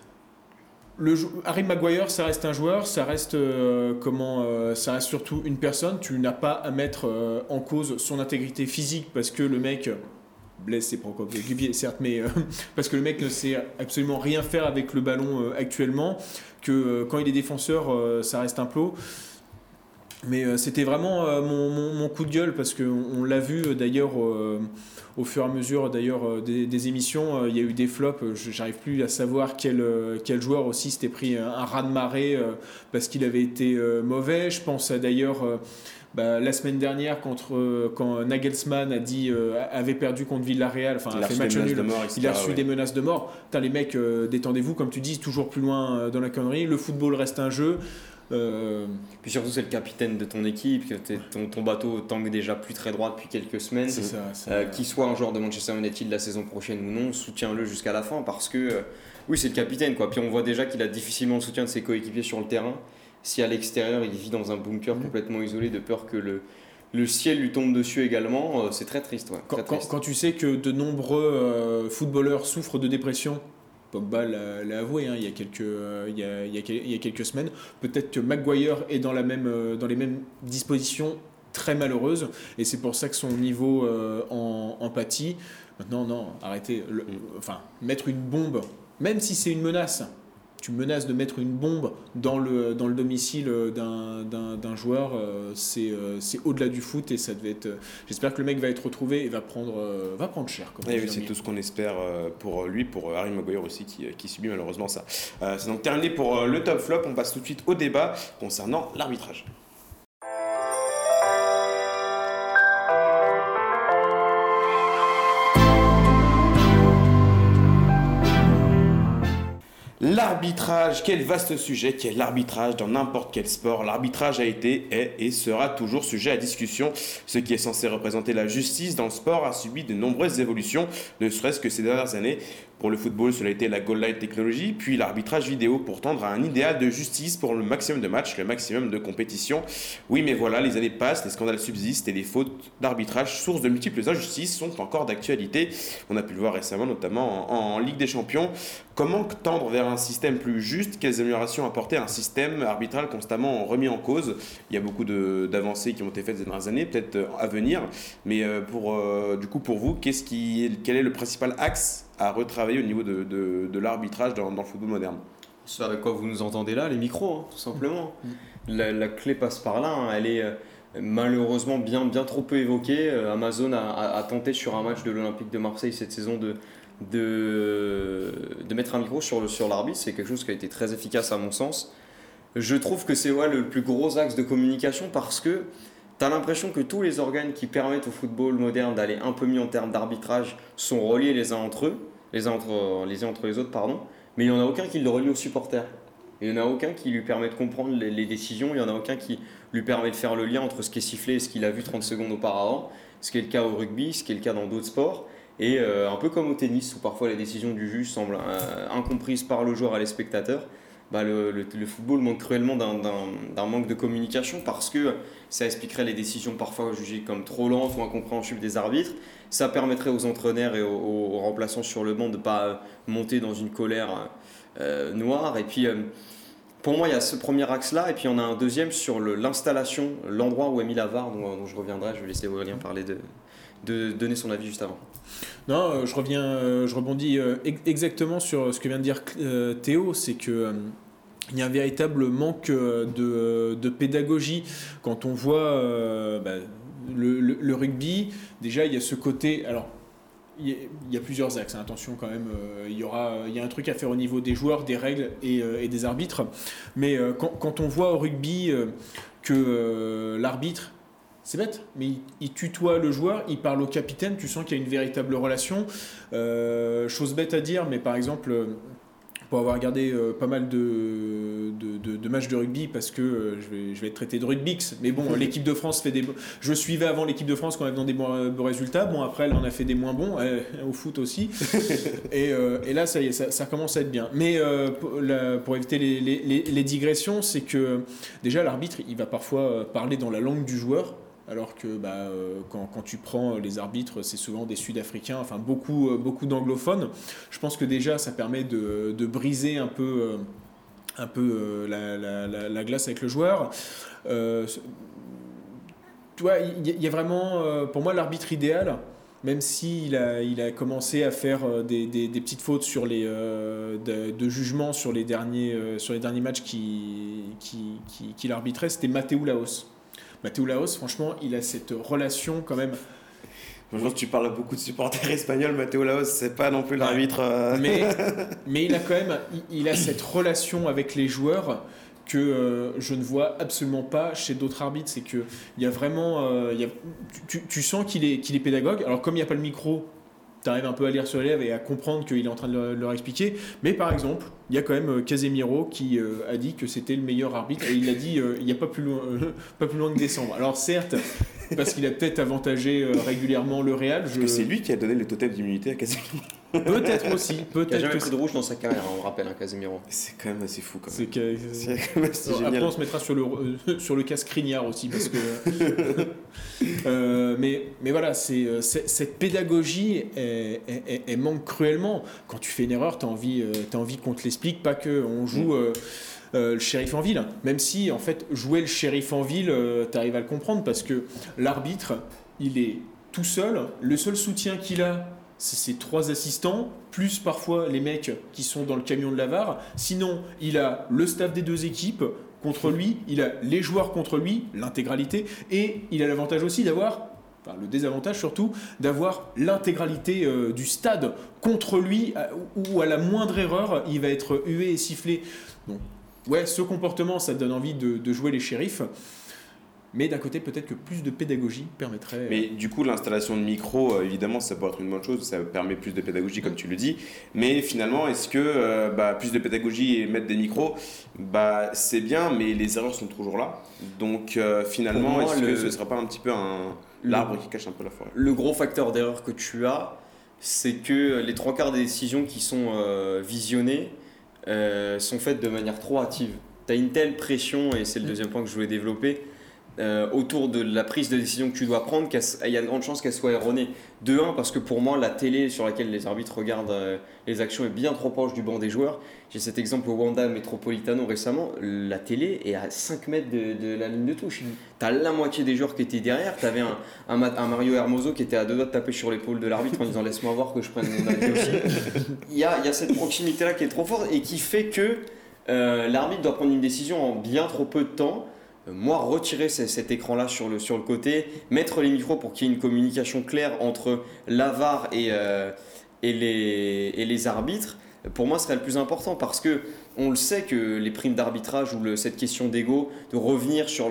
C: Harry Maguire, ça reste un joueur, ça reste ça reste surtout une personne. Tu n'as pas à mettre en cause son intégrité physique parce que le mec blesse ses propres coéquipiers, certes, mais parce que le mec ne sait absolument rien faire avec le ballon actuellement. Que quand il est défenseur, ça reste un plot. Mais c'était vraiment mon coup de gueule parce qu'on l'a vu d'ailleurs au fur et à mesure des émissions, il y a eu des flops. J'arrive plus à savoir quel joueur aussi s'était pris un raz-de-marée parce qu'il avait été mauvais. Je pense à d'ailleurs la semaine dernière quand Nagelsmann avait perdu contre Villarreal, enfin a fait match nul, il a reçu des menaces de mort. Putain, les mecs, détendez-vous, comme tu dis, toujours plus loin dans la connerie. Le football reste un jeu.
D: Puis surtout, c'est le capitaine de ton équipe, que ton bateau tangue déjà plus très droit depuis quelques semaines.
C: C'est ça.
D: Qu'il soit un joueur de Manchester United la saison prochaine ou non, soutiens-le jusqu'à la fin parce que, oui, c'est le capitaine, quoi. Puis on voit déjà qu'il a difficilement le soutien de ses coéquipiers sur le terrain. Si à l'extérieur, il vit dans un bunker complètement isolé de peur que le ciel lui tombe dessus également, c'est très triste. Ouais,
C: quand tu sais que de nombreux footballeurs souffrent de dépression, Pogba l'a avoué il y a quelques semaines. Peut-être que Maguire est dans les mêmes dispositions très malheureuses, et c'est pour ça que son niveau en pâtit. Maintenant, non, arrêtez. Mettre une bombe, même si c'est une menace, tu menaces de mettre une bombe dans le domicile d'un joueur, c'est au-delà du foot, et ça devait être. J'espère que le mec va être retrouvé et va prendre cher.
B: Oui, c'est tout ce qu'on espère pour lui, pour Harry Maguire aussi qui subit malheureusement ça. C'est donc terminé pour le top flop. On passe tout de suite au débat concernant l'arbitrage. L'arbitrage, quel vaste sujet qu'est l'arbitrage dans n'importe quel sport. L'arbitrage a été, est et sera toujours sujet à discussion. Ce qui est censé représenter la justice dans le sport a subi de nombreuses évolutions, ne serait-ce que ces dernières années. Pour le football, cela a été la goal line technology, puis l'arbitrage vidéo pour tendre à un idéal de justice pour le maximum de matchs, le maximum de compétitions. Oui, mais voilà, les années passent, les scandales subsistent et les fautes d'arbitrage, source de multiples injustices, sont encore d'actualité. On a pu le voir récemment, notamment en Ligue des Champions. Comment tendre vers un système plus juste? Quelles améliorations apporter à un système arbitral constamment remis en cause? Il y a beaucoup d'avancées qui ont été faites ces dernières années, peut-être à venir. Mais pour vous, quel est le principal axe à retravailler au niveau de l'arbitrage dans le football moderne?
D: C'est avec quoi vous nous entendez là, les micros, tout simplement. La clé passe par là, elle est malheureusement bien trop peu évoquée. Amazon a tenté sur un match de l'Olympique de Marseille cette saison de mettre un micro sur l'arbitre. C'est quelque chose qui a été très efficace à mon sens. Je trouve que c'est le plus gros axe de communication parce que tu as l'impression que tous les organes qui permettent au football moderne d'aller un peu mieux en termes d'arbitrage sont reliés les uns entre les autres, mais il n'y en a aucun qui le relie aux supporters. Il n'y en a aucun qui lui permet de comprendre les décisions, il n'y en a aucun qui lui permet de faire le lien entre ce qui est sifflé et ce qu'il a vu 30 secondes auparavant, ce qui est le cas au rugby, ce qui est le cas dans d'autres sports. Et un peu comme au tennis, où parfois les décisions du juge semblent incomprises par le joueur et les spectateurs, le football manque cruellement d'un manque de communication parce que ça expliquerait les décisions parfois jugées comme trop lentes ou incompréhensibles des arbitres. Ça permettrait aux entraîneurs et aux remplaçants sur le banc de ne pas monter dans une colère noire. Et puis, pour moi, il y a ce premier axe-là. Et puis, on a un deuxième sur l'installation, l'endroit où est mis la VAR, dont je reviendrai. Je vais laisser Aurélien parler de donner son avis juste avant.
C: Non, je rebondis exactement sur ce que vient de dire Théo, c'est que il y a un véritable manque de pédagogie quand on voit le rugby. Déjà, il y a ce côté. Alors, il y a plusieurs axes. Attention quand même, il y a un truc à faire au niveau des joueurs, des règles et des arbitres. Mais quand on voit au rugby que l'arbitre, c'est bête, mais il tutoie le joueur, il parle au capitaine, tu sens qu'il y a une véritable relation. Chose bête à dire, mais par exemple, pour avoir regardé pas mal de matchs de rugby, parce que je vais être traité de rugbix, mais bon, l'équipe de France fait je suivais avant l'équipe de France quand elle faisait des bons résultats. Bon, après, elle en a fait des moins bons, au foot aussi. Et là, ça y est, ça commence à être bien. Mais pour éviter les digressions, c'est que déjà, l'arbitre, il va parfois parler dans la langue du joueur. Alors que quand tu prends les arbitres, c'est souvent des Sud-Africains, enfin beaucoup d'anglophones. Je pense que déjà, ça permet de briser un peu la glace avec le joueur. Tu vois, il y a vraiment, pour moi, l'arbitre idéal, même s'il a commencé à faire des petites fautes sur de jugement sur les derniers matchs qu'il arbitrait, c'était Mateu Laos. Mateu Laos, franchement, il a cette relation quand même.
B: Bonjour, tu parles à beaucoup de supporters espagnols. Mateu Laos, c'est pas non plus l'arbitre.
C: Mais il a quand même, il a cette relation avec les joueurs que je ne vois absolument pas chez d'autres arbitres. C'est que il y a vraiment, tu sens qu'il est pédagogue. Alors comme il n'y a pas le micro, tu arrives un peu à lire sur les lèvres et à comprendre qu'il est en train de leur expliquer. Mais par exemple, il y a quand même Casemiro qui a dit que c'était le meilleur arbitre et il l'a dit il n'y a pas plus loin que décembre. Alors certes, parce qu'il a peut-être avantagé régulièrement le Real.
B: Parce que c'est lui qui a donné le totem d'immunité à Casemiro.
C: Peut-être aussi.
D: Il n'a jamais pris de rouge dans sa carrière, on rappelle, Casemiro.
B: C'est quand même assez fou. Quand même.
C: C'est
B: quand même assez génial.
C: Après, on se mettra sur le cas Skriniar aussi. Parce que, mais voilà, cette pédagogie, elle manque cruellement. Quand tu fais une erreur, tu as envie qu'on te l'explique, pas qu'on joue... le shérif en ville, même si en fait jouer le shérif en ville, tu arrives à le comprendre parce que l'arbitre, il est tout seul, le seul soutien qu'il a, c'est ses 3 assistants, plus parfois les mecs qui sont dans le camion de la VAR. Sinon, il a le staff des 2 équipes contre lui, il a les joueurs contre lui, l'intégralité, et il a l'avantage aussi d'avoir, enfin le désavantage surtout, d'avoir l'intégralité du stade contre lui, où à la moindre erreur, il va être hué et sifflé. Donc, ouais, ce comportement, ça te donne envie de jouer les shérifs. Mais d'un côté, peut-être que plus de pédagogie permettrait...
B: Mais du coup, l'installation de micro, évidemment, ça peut être une bonne chose, ça permet plus de pédagogie, comme tu le dis. Mais finalement, est-ce que plus de pédagogie et mettre des micros, c'est bien, mais les erreurs sont toujours là. Donc finalement, moi, est-ce que ce ne sera pas un petit peu l'arbre qui cache un peu la forêt ?
D: Le gros facteur d'erreur que tu as, c'est que les 3/4 des décisions qui sont visionnées sont faites de manière trop hâtive. Tu as une telle pression, et c'est le deuxième point que je voulais développer, autour de la prise de décision que tu dois prendre, il y a une grande chance qu'elle soit erronée. De 1, parce que pour moi, la télé sur laquelle les arbitres regardent les actions est bien trop proche du banc des joueurs. J'ai cet exemple au Wanda Metropolitano récemment, la télé est à 5 mètres de la ligne de touche. Tu as la moitié des joueurs qui étaient derrière, tu avais un Mario Hermoso qui était à 2 doigts de taper sur l'épaule de l'arbitre en disant laisse-moi voir que je prenne mon avis aussi. Il y a cette proximité-là qui est trop forte et qui fait que l'arbitre doit prendre une décision en bien trop peu de temps. Moi, retirer cet écran-là sur le côté, mettre les micros pour qu'il y ait une communication claire entre la VAR et les arbitres, pour moi, serait le plus important parce que on le sait que les primes d'arbitrage ou cette question d'ego, de revenir sur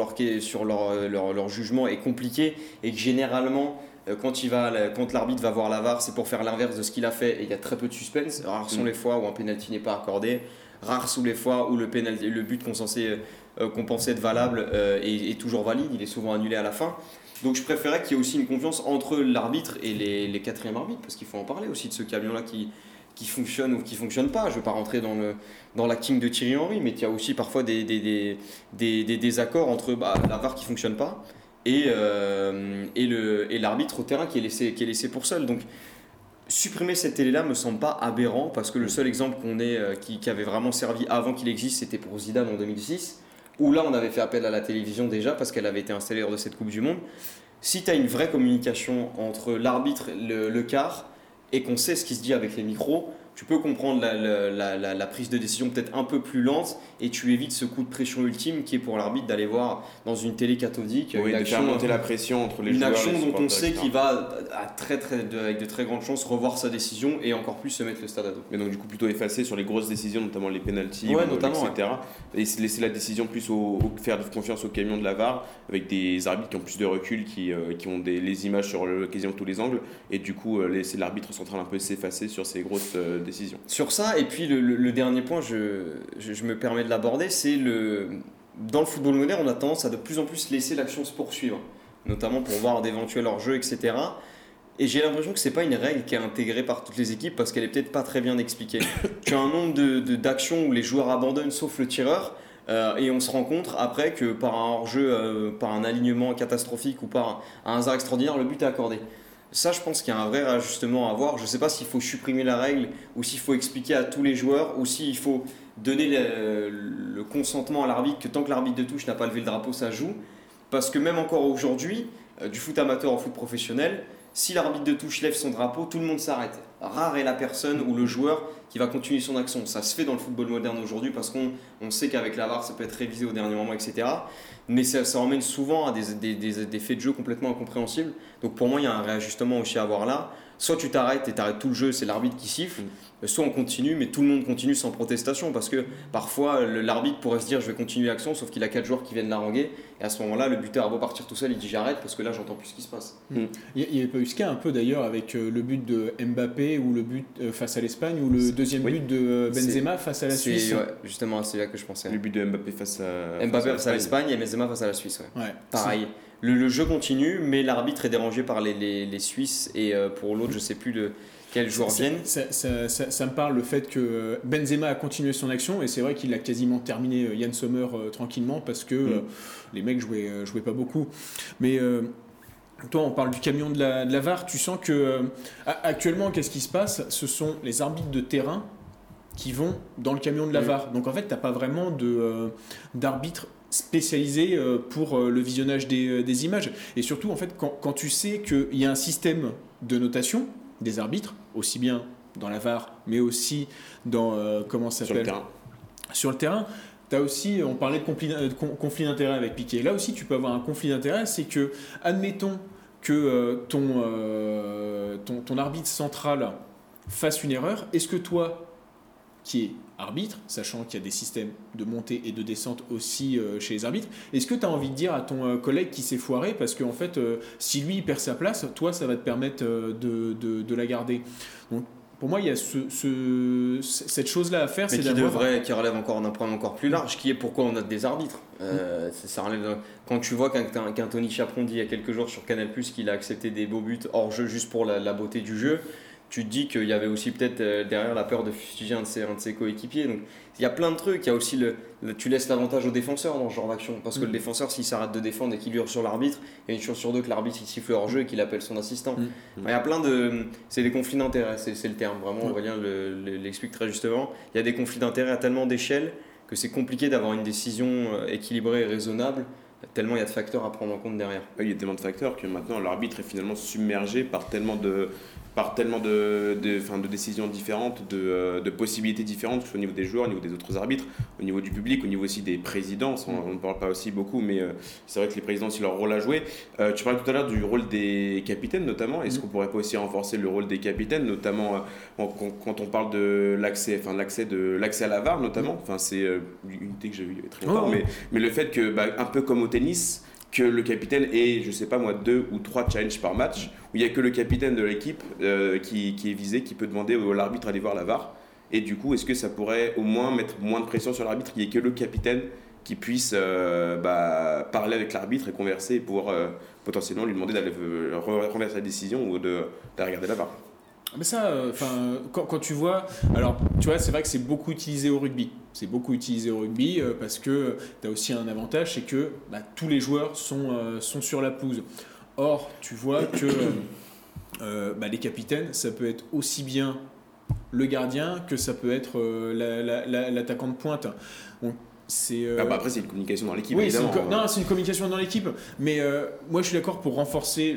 D: leur jugement est compliqué et que généralement, quand l'arbitre va voir la VAR, c'est pour faire l'inverse de ce qu'il a fait et il y a très peu de suspense. Rares sont les fois où un penalty n'est pas accordé, rares sont les fois où le but qu'on pensait être valable est toujours valide, il est souvent annulé à la fin. Donc je préférais qu'il y ait aussi une confiance entre l'arbitre et les quatrièmes arbitres, parce qu'il faut en parler aussi de ce camion-là qui fonctionne ou qui ne fonctionne pas. Je ne vais pas rentrer dans l'acting de Thierry Henry, mais il y a aussi parfois des désaccords entre la VAR qui ne fonctionne pas et l'arbitre au terrain qui est laissé pour seul. Donc supprimer cette télé-là me semble pas aberrant, parce que le seul exemple qu'on ait qui avait vraiment servi avant qu'il existe, c'était pour Zidane en 2006, où là on avait fait appel à la télévision déjà parce qu'elle avait été installée lors de cette Coupe du Monde. Si tu as une vraie communication entre l'arbitre, le quart, et qu'on sait ce qui se dit avec les micros, tu peux comprendre la prise de décision peut-être un peu plus lente et tu évites ce coup de pression ultime qui est pour l'arbitre d'aller voir dans une télé cathodique
B: une action, faire monter la pression entre les
D: une
B: joueurs.
D: Une action dont on sait qu'il va avec de très grandes chances revoir sa décision et encore plus se mettre le stade à dos.
B: Mais donc du coup plutôt effacer sur les grosses décisions, notamment les pénaltys, etc. Et laisser la décision plus faire confiance au camion de la VAR avec des arbitres qui ont plus de recul, qui ont les images sur quasiment tous les angles, et du coup laisser l'arbitre central un peu s'effacer sur ces grosses décisions.
D: Sur ça, et puis le dernier point, je me permets de l'aborder, c'est dans le football moderne, on a tendance à de plus en plus laisser l'action se poursuivre, notamment pour voir d'éventuels hors-jeux, etc. Et j'ai l'impression que c'est pas une règle qui est intégrée par toutes les équipes parce qu'elle est peut-être pas très bien expliquée. Tu as un nombre d'actions où les joueurs abandonnent sauf le tireur, et on se rend compte après que par un hors-jeu, par un alignement catastrophique ou par un hasard extraordinaire, le but est accordé. Ça, je pense qu'il y a un vrai réajustement à avoir. Je ne sais pas s'il faut supprimer la règle ou s'il faut expliquer à tous les joueurs ou s'il faut donner le consentement à l'arbitre que tant que l'arbitre de touche n'a pas levé le drapeau, ça joue. Parce que même encore aujourd'hui, du foot amateur au foot professionnel, si l'arbitre de touche lève son drapeau, tout le monde s'arrête. Rare est la personne ou le joueur qui va continuer son action. Ça se fait dans le football moderne aujourd'hui parce qu'on sait qu'avec la VAR, ça peut être révisé au dernier moment, etc. Mais ça emmène souvent à des faits de jeu complètement incompréhensibles. Donc pour moi, il y a un réajustement aussi à avoir là. soit tu t'arrêtes et t'arrêtes tout le jeu, c'est l'arbitre qui siffle, soit on continue, mais tout le monde continue sans protestation, parce que parfois l'arbitre pourrait se dire je vais continuer l'action, sauf qu'il a 4 joueurs qui viennent l'haranguer, et à ce moment-là le buteur a beau partir tout seul, il dit j'arrête parce que là j'entends plus ce qui se passe.
C: Il n'y avait pas eu ce cas un peu d'ailleurs avec le but de Mbappé ou le but face à l'Espagne ou le deuxième but de Benzema face à la Suisse.
D: Ouais, justement, c'est là que je pensais.
B: Le but de Mbappé face à
D: l'Espagne et Benzema face à la Suisse.
C: Ouais.
D: Pareil. Le jeu continue, mais l'arbitre est dérangé par les Suisses et pour l'autre, je sais plus de quels joueurs viennent.
C: Ça me parle le fait que Benzema a continué son action et c'est vrai qu'il a quasiment terminé Yann Sommer tranquillement parce que les mecs jouaient pas beaucoup. Mais toi, on parle du camion de la VAR. Tu sens que actuellement, qu'est-ce qui se passe ? Ce sont les arbitres de terrain qui vont dans le camion de la VAR. Donc en fait, tu n'as pas vraiment d'arbitre spécialisé pour le visionnage des images. Et surtout, en fait, quand tu sais qu'il y a un système de notation des arbitres, aussi bien dans la VAR, mais aussi dans comment ça s'appelle ? Sur le terrain. Tu as aussi, on parlait de conflit d'intérêt avec Piqué. Là aussi, tu peux avoir un conflit d'intérêt, c'est que, admettons que ton arbitre central fasse une erreur, est-ce que toi, qui es arbitre, sachant qu'il y a des systèmes de montée et de descente aussi chez les arbitres, est-ce que tu as envie de dire à ton collègue qui s'est foiré, parce qu'en fait, si lui il perd sa place, toi, ça va te permettre de la garder. Donc, pour moi, il y a cette chose-là à faire.
D: Mais qui relève encore d'un problème encore plus large, qui est pourquoi on a des arbitres. Ça relève quand tu vois qu'un Tony Chaperon dit il y a quelques jours sur Canal+, qu'il a accepté des beaux buts hors jeu juste pour la beauté du jeu, tu te dis qu'il y avait aussi peut-être derrière la peur de fustiger un de ses coéquipiers. Donc il y a plein de trucs. Il y a aussi tu laisses l'avantage au défenseur dans ce genre d'action. Parce que le défenseur, s'il s'arrête de défendre et qu'il hurle sur l'arbitre, il y a une chance sur deux que l'arbitre il siffle hors jeu et qu'il appelle son assistant. Il y a plein de. C'est des conflits d'intérêts, c'est le terme. Vraiment, Aurélien l'explique très justement. Il y a des conflits d'intérêts à tellement d'échelles que c'est compliqué d'avoir une décision équilibrée et raisonnable. Tellement il y a de facteurs à prendre en compte derrière.
B: Oui, il y a tellement de facteurs que maintenant l'arbitre est finalement submergé par tellement de décisions différentes, de possibilités différentes, que ce soit au niveau des joueurs, au niveau des autres arbitres, au niveau du public, au niveau aussi des présidents. On ne parle pas aussi beaucoup, mais c'est vrai que les présidents ont aussi leur rôle à jouer. Tu parlais tout à l'heure du rôle des capitaines notamment. Est-ce qu'on ne pourrait pas aussi renforcer le rôle des capitaines, notamment quand on parle de l'accès à la VAR notamment. Enfin, c'est une idée que j'ai eue il y a très longtemps, mais le fait que, un peu comme au tennis, que le capitaine ait, je sais pas moi, 2 ou 3 challenges par match, où il n'y a que le capitaine de l'équipe qui est visé, qui peut demander à l'arbitre d'aller voir la VAR. Et du coup, est-ce que ça pourrait au moins mettre moins de pression sur l'arbitre, qu'il n'y ait que le capitaine qui puisse parler avec l'arbitre et converser et pouvoir potentiellement lui demander d'aller renverser la décision ou de regarder la VAR.
C: Mais ça, quand tu vois, alors tu vois, c'est vrai que c'est beaucoup utilisé au rugby. C'est beaucoup utilisé au rugby parce que tu as aussi un avantage, c'est que tous les joueurs sont sur la pelouse. Or, tu vois que les capitaines, ça peut être aussi bien le gardien que ça peut être l'attaquant de pointe. Donc,
B: après, c'est une communication dans l'équipe,
C: oui,
B: évidemment.
C: C'est une communication dans l'équipe. Mais moi, je suis d'accord pour renforcer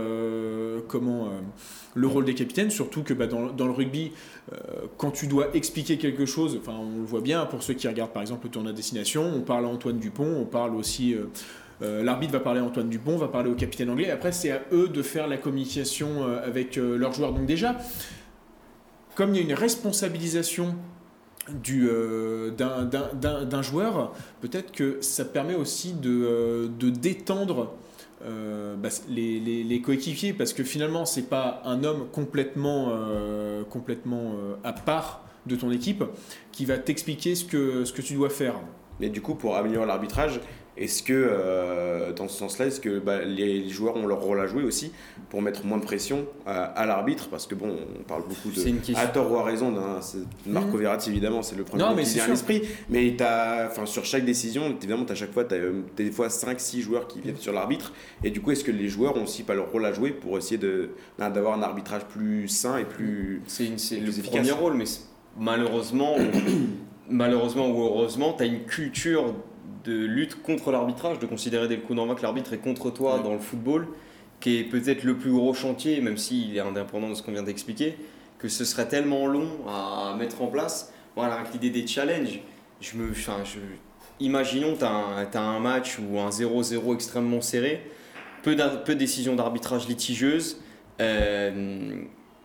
C: le rôle des capitaines, surtout que dans le rugby, quand tu dois expliquer quelque chose, on le voit bien, pour ceux qui regardent par exemple le tournoi à destination, on parle à Antoine Dupont, on parle aussi... l'arbitre va parler à Antoine Dupont, va parler au capitaine anglais. Après, c'est à eux de faire la communication avec leurs joueurs. Donc déjà, comme il y a une responsabilisation d'un joueur, peut-être que ça permet aussi de détendre les coéquipiers, parce que finalement c'est pas un homme complètement à part de ton équipe qui va t'expliquer ce que tu dois faire.
B: Mais du coup, pour améliorer l'arbitrage, est-ce que, dans ce sens-là, est-ce que les joueurs ont leur rôle à jouer aussi pour mettre moins de pression à l'arbitre ? Parce que on parle beaucoup à tort ou à raison Marco Verratti, évidemment, c'est le premier qui vient à l'esprit. Mais sur chaque décision, évidemment, à chaque fois, tu as des fois 5-6 joueurs qui viennent sur l'arbitre. Et du coup, est-ce que les joueurs ont aussi pas leur rôle à jouer pour essayer d'avoir un arbitrage plus sain et plus
D: C'est le
B: efficace.
D: premier rôle, mais malheureusement ou heureusement, tu as une culture de lutte contre l'arbitrage, de considérer dès le coup d'envoi que l'arbitre est contre toi dans le football, qui est peut-être le plus gros chantier, même s'il est indépendant de ce qu'on vient d'expliquer, que ce serait tellement long à mettre en place. Voilà, avec l'idée des challenges, imaginons tu as un match ou un 0-0 extrêmement serré, peu de décisions d'arbitrage litigieuses,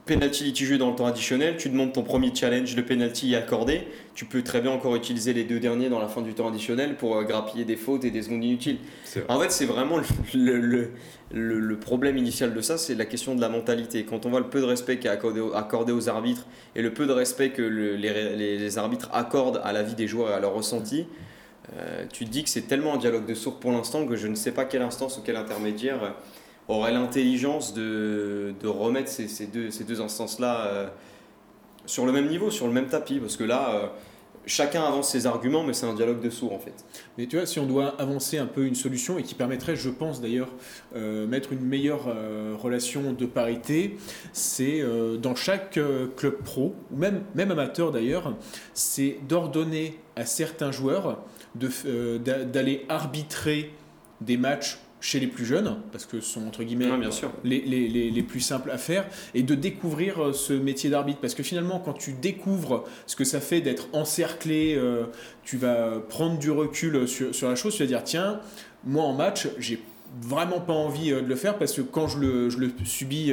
D: penalty litigieux dans le temps additionnel, tu demandes ton premier challenge, le penalty est accordé, tu peux très bien encore utiliser les 2 derniers dans la fin du temps additionnel pour grappiller des fautes et des secondes inutiles. En fait, c'est vraiment le problème initial de ça, c'est la question de la mentalité. Quand on voit le peu de respect qui est accordé aux arbitres et le peu de respect que les arbitres accordent à la vie des joueurs et à leur ressenti, tu te dis que c'est tellement un dialogue de sourds pour l'instant que je ne sais pas quelle instance ou quel intermédiaire aurait l'intelligence de remettre ces deux instances-là sur le même niveau, sur le même tapis. Parce que là, chacun avance ses arguments, mais c'est un dialogue de sourds en fait.
C: Mais tu vois, si on doit avancer un peu une solution et qui permettrait, je pense d'ailleurs, mettre une meilleure relation de parité, c'est dans chaque club pro, ou même amateur d'ailleurs, c'est d'ordonner à certains joueurs d'aller arbitrer des matchs chez les plus jeunes, parce que ce sont entre guillemets
D: bien sûr.
C: les plus simples à faire, et de découvrir ce métier d'arbitre, parce que finalement quand tu découvres ce que ça fait d'être encerclé, tu vas prendre du recul sur la chose, tu vas dire tiens, moi en match j'ai vraiment pas envie de le faire, parce que quand je le subis,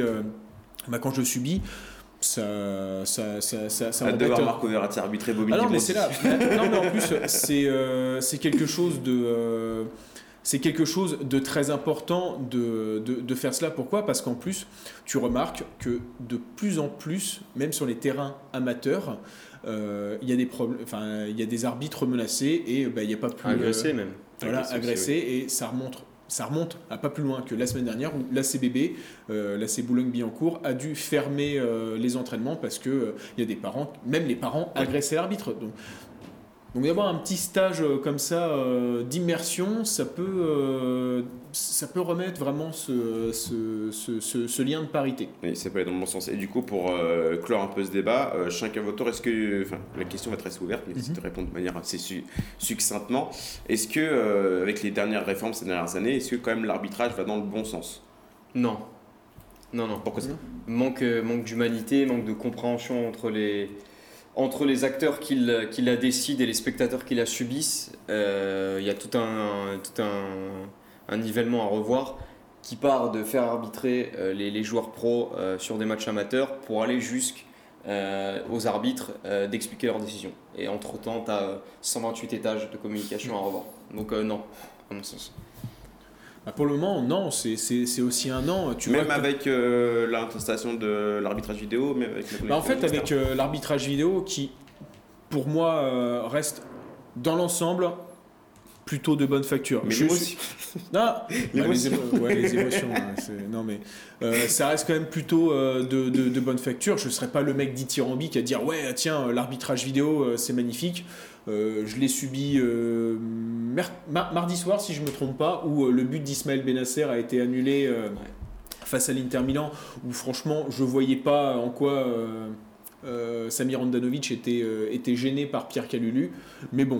C: ça
B: devoir Marco Verratti arbitrer Bobby
C: non,
B: Di
C: mais c'est là. Non, mais en plus, c'est quelque chose de. C'est quelque chose de très important de faire cela. Pourquoi ? Parce qu'en plus, tu remarques que de plus en plus, même sur les terrains amateurs, il y a des problèmes. Enfin, il y a des arbitres menacés et il n'y a pas plus.
D: Agressés même.
C: Agressés, et ça remonte à pas plus loin que la semaine dernière où l'ACBB, l'AC Boulogne-Billancourt, a dû fermer les entraînements parce que il y a des parents, même les parents, agressaient l'arbitre. Donc d'avoir un petit stage comme ça d'immersion, ça peut remettre vraiment ce lien de parité.
B: Oui, ça peut aller dans le bon sens. Et du coup, pour clore un peu ce débat, chacun votre tour, est-ce que, la question va être assez ouverte, mais si tu réponds de manière assez succinctement, est-ce que, avec les dernières réformes ces dernières années, est-ce que quand même l'arbitrage va dans le bon sens ?
D: Non.
B: Pourquoi ça ?
D: Manque d'humanité, manque de compréhension entre les acteurs qui la décident et les spectateurs qui la subissent. Il y a tout un nivellement à revoir qui part de faire arbitrer les joueurs pros sur des matchs amateurs pour aller jusqu'aux arbitres d'expliquer leurs décisions. Et entre-temps, tu as 128 étages de communication à revoir. Donc non, à mon sens.
C: Pour le moment, non, c'est aussi un non.
B: Même avec l'installation de l'arbitrage vidéo, mais avec
C: en fait, avec l'arbitrage vidéo qui, pour moi, reste dans l'ensemble plutôt de bonne facture.
B: Mais l'émotion.
C: Les émotions. Non, mais ça reste quand même plutôt de bonne facture. Je ne serais pas le mec dithyrambique à dire ouais, tiens, l'arbitrage vidéo, c'est magnifique. Je l'ai subi mardi soir, si je ne me trompe pas, où le but d'Ismaël Benasser a été annulé face à l'Inter Milan, où franchement, je ne voyais pas en quoi Samir Handanovic était gêné par Pierre Kalulu. Mais bon,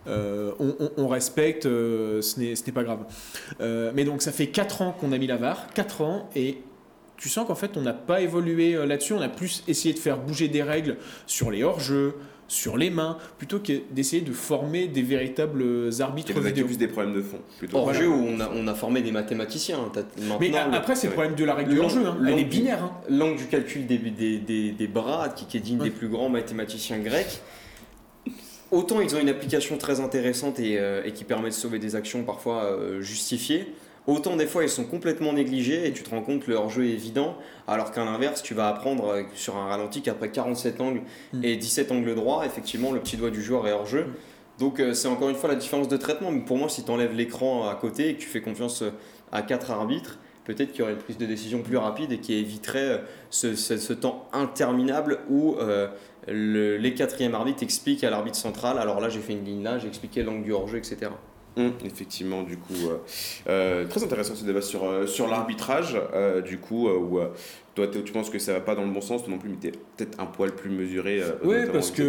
C: on respecte, ce n'est pas grave. Mais donc, ça fait 4 ans qu'on a mis la VAR, 4 ans, et tu sens qu'en fait, on n'a pas évolué là-dessus. On a plus essayé de faire bouger des règles sur les hors-jeux, sur les mains, plutôt que d'essayer de former des véritables arbitres vidéo.
B: Plus des problèmes de fond.
D: Hors-jeu, où on a formé des mathématiciens.
C: Mais après, c'est le problème de la règle du hors-jeu. Elle est binaire.
D: L'angle du calcul des bras, qui est digne des plus grands mathématiciens grecs. Autant ils ont une application très intéressante et qui permet de sauver des actions parfois justifiées, autant des fois ils sont complètement négligés et tu te rends compte que le hors-jeu est évident, alors qu'à l'inverse tu vas apprendre sur un ralenti qu'après 47 angles et 17 angles droits, effectivement le petit doigt du joueur est hors-jeu. Donc c'est encore une fois la différence de traitement, mais pour moi si tu enlèves l'écran à côté et que tu fais confiance à 4 arbitres, peut-être qu'il y aurait une prise de décision plus rapide et qui éviterait ce temps interminable où les 4e arbitres expliquent à l'arbitre central, alors là j'ai fait une ligne là, j'ai expliqué l'angle du hors-jeu, etc.
B: Effectivement, du coup, très intéressant ce débat sur l'arbitrage, du coup, où toi tu penses que ça va pas dans le bon sens, toi non plus, mais tu es peut-être un poil plus mesuré.
C: Oui, parce que,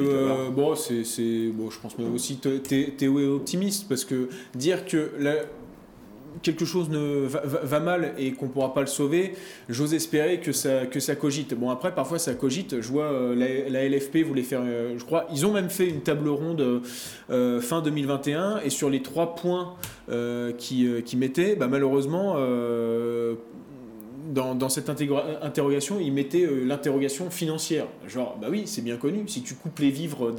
C: je pense même aussi, Théo est optimiste, parce que dire que quelque chose va mal et qu'on ne pourra pas le sauver, j'ose espérer que ça cogite. Bon, après, parfois ça cogite. Je vois la LFP voulait faire, je crois, ils ont même fait une table ronde fin 2021, et sur les 3 points qu'ils mettaient, malheureusement, dans cette interrogation, il mettait l'interrogation financière. Genre, bah oui, c'est bien connu, si tu coupes les vivres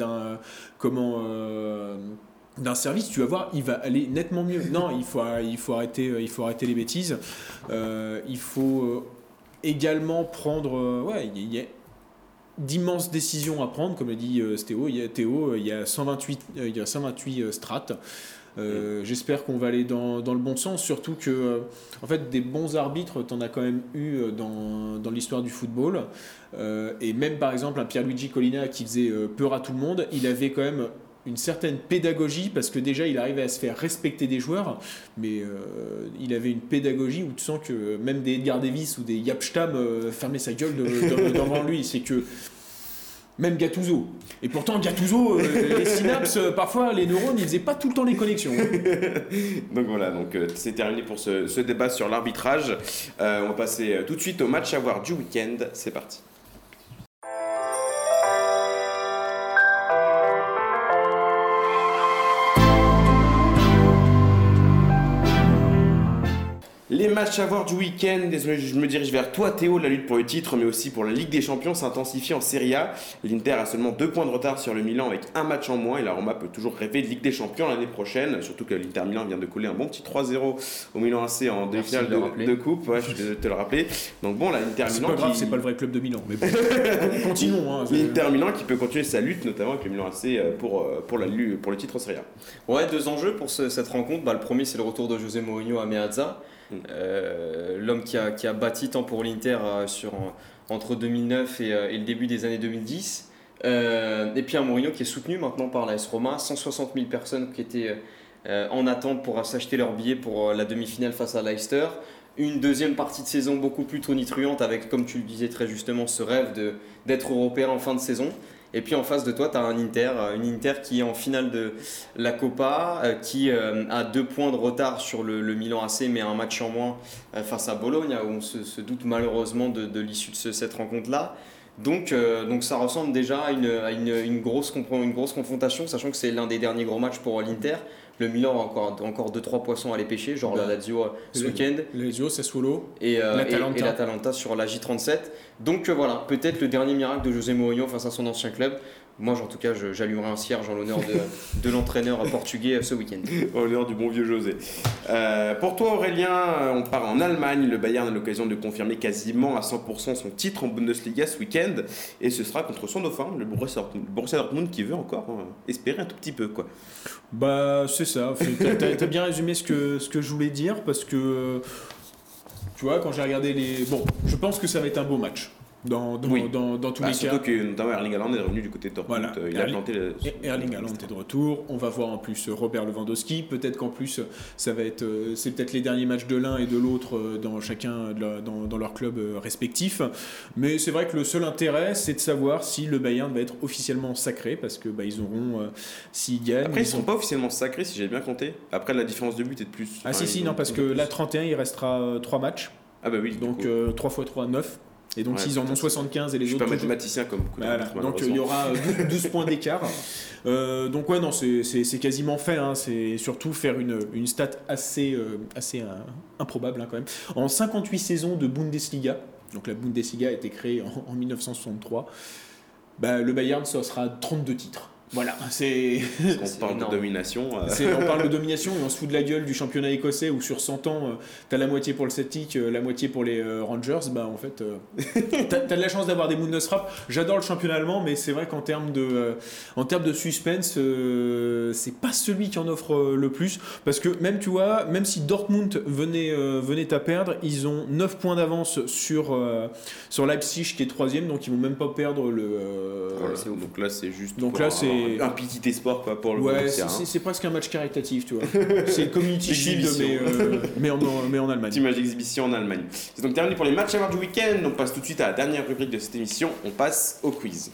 C: d'un service, tu vas voir, il va aller nettement mieux. Non, il faut arrêter les bêtises. Il faut également prendre... il y a d'immenses décisions à prendre, comme l'a dit Théo. Il y a 128 strates. J'espère qu'on va aller dans le bon sens, surtout que en fait, des bons arbitres, t'en as quand même eu dans l'histoire du football. Et même par exemple un Pierluigi Collina qui faisait peur à tout le monde, il avait quand même une certaine pédagogie, parce que déjà il arrivait à se faire respecter des joueurs, mais il avait une pédagogie où tu sens que même des Edgar Davis ou des Yapstam fermaient sa gueule devant lui. C'est que même Gattuso. Et pourtant Gattuso, les synapses, parfois les neurones, ils faisaient pas tout le temps les connexions.
B: Donc voilà, c'est terminé pour ce débat sur l'arbitrage. On va passer tout de suite au match à voir du week-end. C'est parti. Les matchs à voir du week-end, je me dirige vers toi Théo. La lutte pour le titre mais aussi pour la Ligue des Champions s'intensifie en Serie A. L'Inter a seulement 2 points de retard sur le Milan avec un match en moins et la Roma peut toujours rêver de Ligue des Champions l'année prochaine. Surtout que l'Inter Milan vient de coller un bon petit 3-0 au Milan AC en demi-finale de coupe. Ouais, je vais te le rappeler. Donc bon, là, l'Inter Milan...
C: C'est pas grave, c'est pas le vrai club de Milan. Mais bon, continuons.
B: L'Inter Milan qui peut continuer sa lutte notamment avec le Milan AC pour le titre Serie A.
D: Ouais, 2 enjeux pour cette rencontre. Le premier, c'est le retour de José Mourinho à Meazza. L'homme qui a bâti tant pour l'Inter entre 2009 et le début des années 2010, et puis un Mourinho qui est soutenu maintenant par l'AS Roma, 160 000 personnes qui étaient en attente pour s'acheter leur billet pour la demi-finale face à Leicester, une deuxième partie de saison beaucoup plus tonitruante avec, comme tu le disais très justement, ce rêve d'être européen en fin de saison. Et puis en face de toi, tu as une Inter qui est en finale de la Coppa, qui a 2 points de retard sur le Milan AC, mais un match en moins face à Bologne, où on se doute malheureusement de l'issue de cette rencontre-là. Donc ça ressemble déjà à une grosse confrontation, sachant que c'est l'un des derniers gros matchs pour l'Inter. Le Milan a encore 2-3 poissons à les pêcher, genre la Lazio ce week-end.
C: Lazio, Sassuolo
D: et l'Atalanta sur la J37. Donc voilà, peut-être le dernier miracle de José Mourinho face à son ancien club. Moi, en tout cas, j'allumerai un cierge en l'honneur de l'entraîneur portugais ce week-end.
B: En l'honneur du bon vieux José. Pour toi, Aurélien, on part en Allemagne. Le Bayern a l'occasion de confirmer quasiment à 100% son titre en Bundesliga ce week-end. Et ce sera contre son dauphin, le Borussia Dortmund, qui veut encore espérer un tout petit peu, quoi.
C: Bah, c'est ça. T'as bien résumé ce que je voulais dire, parce que, tu vois, quand j'ai regardé Bon, je pense que ça va être un beau match. Dans tous les cas.
B: Surtout que notamment Erling Haaland est revenu du côté de Dortmund.
C: Voilà.
B: Il a planté
C: Erling Haaland est de retour. On va voir en plus Robert Lewandowski. Peut-être qu'en plus ça va être c'est peut-être les derniers matchs de l'un et de l'autre dans chacun dans leur club respectif. Mais c'est vrai que le seul intérêt, c'est de savoir si le Bayern va être officiellement sacré, parce que ils auront s'ils gagnent.
B: Après ils sont pas officiellement sacrés, si j'ai bien compté. Après la différence de but est de plus.
C: Ah non, parce que là 31 il restera 3 matchs.
B: Ah bah oui.
C: Donc 3 x 3 9. Et donc s'ils en ont 75 et les autres...
B: Je suis pas mathématicien comme beaucoup
C: d'autres. Donc il y aura 12 points d'écart. Donc ouais, non, c'est quasiment fait. C'est surtout faire une stat assez improbable quand même. En 58 saisons de Bundesliga, donc la Bundesliga a été créée en 1963, le Bayern, ça sera 32 titres. Voilà,
B: on parle de domination.
C: On parle de domination et on se fout de la gueule du championnat écossais où sur 100 ans, t'as la moitié pour le Celtic, la moitié pour les Rangers. En fait, t'as de la chance d'avoir des Bundesliga. J'adore le championnat allemand, mais c'est vrai qu'en termes de suspense, c'est pas celui qui en offre le plus. Parce que même, tu vois, même si Dortmund venait à perdre, ils ont 9 points d'avance sur Leipzig qui est 3ème, donc ils vont même pas perdre
B: donc là, c'est juste.
C: Donc là, c'est
B: un petit espoir pour le
C: c'est presque un match caritatif, tu vois. C'est le Community Shield, mais en Allemagne.
B: Petit match d'exhibition en Allemagne. C'est donc terminé pour les matchs à voir du week-end. On passe tout de suite à la dernière rubrique de cette émission. On passe au quiz.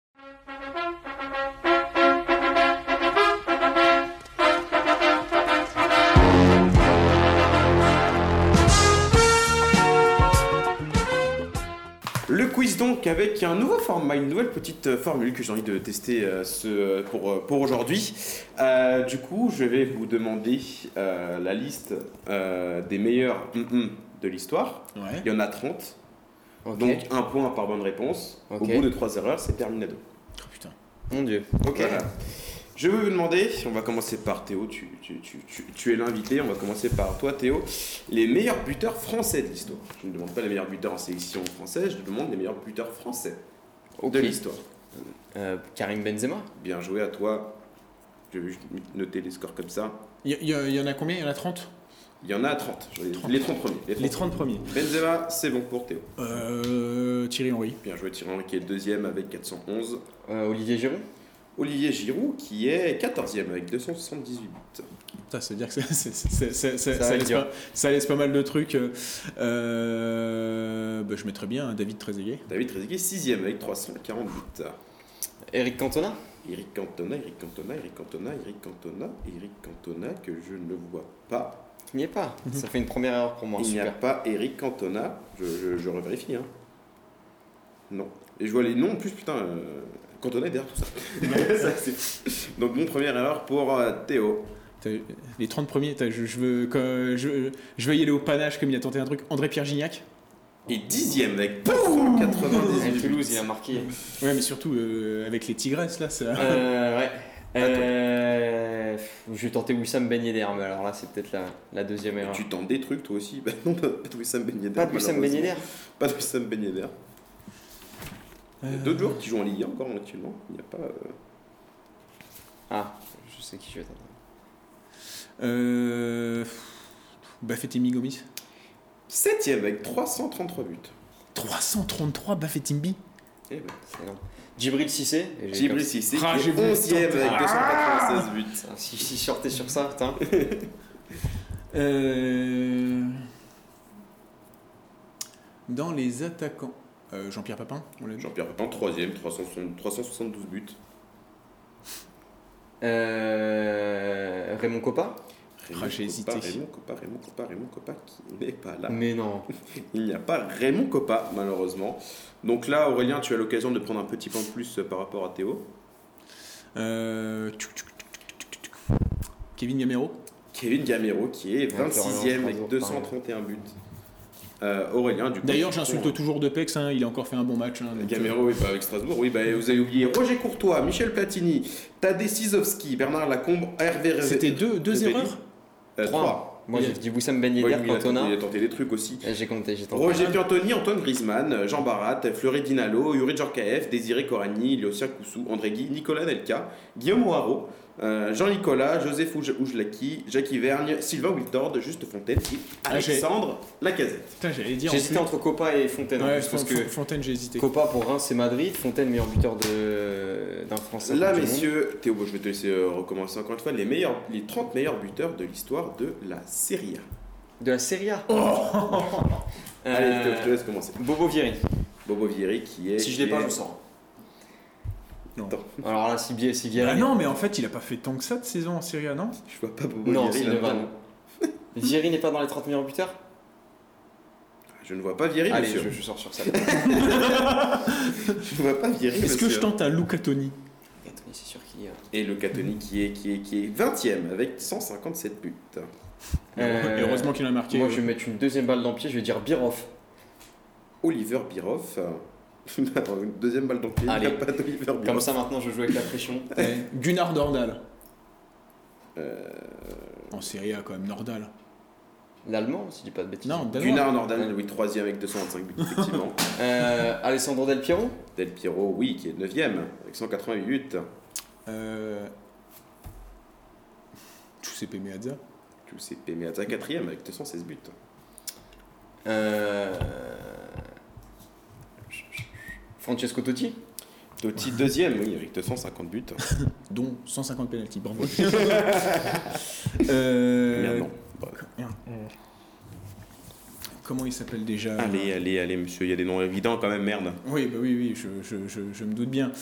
B: Le quiz donc avec un nouveau format, une nouvelle petite formule que j'ai envie de tester pour aujourd'hui. Du coup, je vais vous demander la liste des meilleurs de l'histoire.
C: Ouais.
B: Il y en a 30.
D: Ok.
B: Donc, un point par bonne réponse.
D: Ok.
B: Au bout de 3 erreurs, c'est terminado.
C: Oh, putain.
D: Mon Dieu. Ok.
B: Voilà. Je veux vous demander, on va commencer par Théo, tu es l'invité, on va commencer par toi Théo, les meilleurs buteurs français de l'histoire. Je ne demande pas les meilleurs buteurs en sélection française, je demande les meilleurs buteurs français
D: Ok.
B: de l'histoire.
D: Karim Benzema.
B: Bien joué à toi, je vais juste noter les scores comme ça.
C: Il y en a combien? Il y en a 30?
B: Il y en a 30, les 30 premiers.
C: Les 30 premiers.
B: Benzema, c'est bon pour Théo.
C: Thierry Henry.
B: Bien joué Thierry Henry qui est le deuxième avec 411.
D: Olivier Giroud.
B: Olivier Giroud qui est 14e avec 278 buts.
C: Putain, ça veut dire que ça laisse pas mal de trucs. Je mettrais bien David Trezeguet.
B: David Trezeguet 6e avec 340 buts.
D: Eric Cantona.
B: Eric Cantona que je ne vois pas.
D: Il n'y est pas. Ça fait une première erreur pour moi.
B: Il n'y a
D: Super.
B: pas Eric Cantona. Je revérifie. Hein. Non. Et je vois les noms en plus, putain. Cantona est derrière tout ça. Ça, donc, mon première erreur pour Théo.
C: Les 30 premiers, je veux y aller au panache comme il a tenté un truc. André-Pierre Gignac.
B: Et 10e avec 298 buts.
D: Toulouse, il a marqué.
C: Ouais, mais surtout avec les Tigresses, là, ça.
D: Ouais. Je vais tenter Wissam Ben Yedder, mais alors là, c'est peut-être la deuxième erreur.
B: Tu tentes des trucs toi aussi. Bah non, pas de Wissam Ben Yedder.
D: Pas de Wissam Ben Yedder.
B: Pas de Wissam Ben Yedder. Il y a d'autres joueurs qui jouent en Ligue 1 encore actuellement. Il n'y a pas.
D: Ah, je sais qui je vais tenter.
C: Bafétimbi Gomis.
B: 7e avec 333 buts.
C: 333 Bafétimbi.
B: Eh ben.
D: C'est énorme. Djibril Cissé.
B: Djibril Cissé qui
C: Ah, j'ai
B: est
C: voulu
B: 11e avec
C: tenter.
B: 296 buts.
D: Si je sortais sur ça, putain.
C: Dans les attaquants. Jean-Pierre Papin, on l'a dit.
B: Jean-Pierre Papin, 3e, 372 buts.
D: Raymond Coppa.
C: J'ai hésité.
B: Raymond Coppa qui n'est pas là.
D: Mais non.
B: Il n'y a pas Raymond Coppa, malheureusement. Donc là, Aurélien, tu as l'occasion de prendre un petit point de plus par rapport à Théo.
C: Kevin Gamero.
B: Kevin Gamero qui est 26e avec
D: Florian
B: 231 buts. Aurélien, du coup.
C: D'ailleurs, j'insulte toujours Depex, hein, il a encore fait un bon match. Hein, donc,
B: Gamero, oui, pas avec Strasbourg. Oui, bah, vous avez oublié Roger Courtois, Michel Platini, Tadej Sizowski, Bernard Lacombe, Hervé.
C: C'était deux erreurs.
B: 3.
D: Moi, j'ai dit Wissam Ben
B: Oui,
D: Yedder,
B: il a
D: Cantona.
B: tenté des trucs aussi.
D: J'ai tenté.
B: Roger Piantoni, Antoine Griezmann, Jean Barat, Fleury Dinalo, Yuri Djorkaeff, Désiré Coragny, Lyosien Koussou, André Guy, Nicolas Nelka, Guillaume O'Haraud, Jean-Nicolas, Joseph Oujlaki, Jacques Vergne, Sylvain Wiltord, Juste Fontaine et Alexandre Lacazette.
C: Putain, j'allais dire.
D: J'hésitais entre Coppa et Fontaine.
C: Ouais,
D: parce que
C: Fontaine, j'ai hésité.
D: Coppa pour Reims, c'est Madrid. Fontaine, meilleur buteur d'un Français.
B: Là,
D: du monde.
B: messieurs, Théo, je vais te laisser recommencer encore une fois. Les 30 meilleurs buteurs de l'histoire de la Serie A.
D: De la Serie A.
B: Allez, je te laisse commencer.
D: Bobo Vieri.
B: Bobo Vieri qui est.
D: Si je l'ai pas, je sors.
C: Non.
D: Alors là, si Vieri.
C: Ah non, mais en fait, il a pas fait tant que ça de saison en Serie A, non?
B: Je vois pas Bobo
D: Non,
B: Vieri.
D: c'est une
B: là-dedans.
D: vanne. Vieri n'est pas dans les 30 meilleurs buteurs.
B: Je ne vois pas Vieri,
D: Allez,
B: monsieur.
D: je sors sur ça.
B: Je ne vois pas Vieri,
C: Est-ce que
B: monsieur.
C: je tente un Luca Toni?
D: Anthony, c'est sûr qu'il y a.
B: Et le Catoni qui est 20e avec 157 buts.
C: Et heureusement qu'il a marqué.
D: Moi, je vais mettre une deuxième balle dans le pied. Je vais dire Birov.
B: Oliver Bierhoff. Attends, une deuxième balle dans le pied.
D: Allez.
B: Il n'y a pas d'Oliver Bierhoff.
D: Comme ça, maintenant, je joue avec la pression.
C: Gunnar Nordal. En Serie A, quand même, Nordal.
D: L'allemand, si je dis pas de bêtises.
C: Non, Danois.
B: Gunnar Nordal, oui, 3e avec 225 buts, effectivement.
D: Alessandro Del Piero.
B: Del Piero, oui, qui est 9e avec 188 buts.
C: Giuseppe Meazza.
B: Giuseppe Meazza, 4e avec 216 buts.
D: Francesco Totti.
B: Totti, 2e, oui, avec 250 buts.
C: Dont 150 pénaltys, bravo.
B: Merde, non.
C: Comment il s'appelle déjà?
B: Allez, monsieur, il y a des noms évidents quand même, merde.
C: Oui, bah oui, je me doute bien.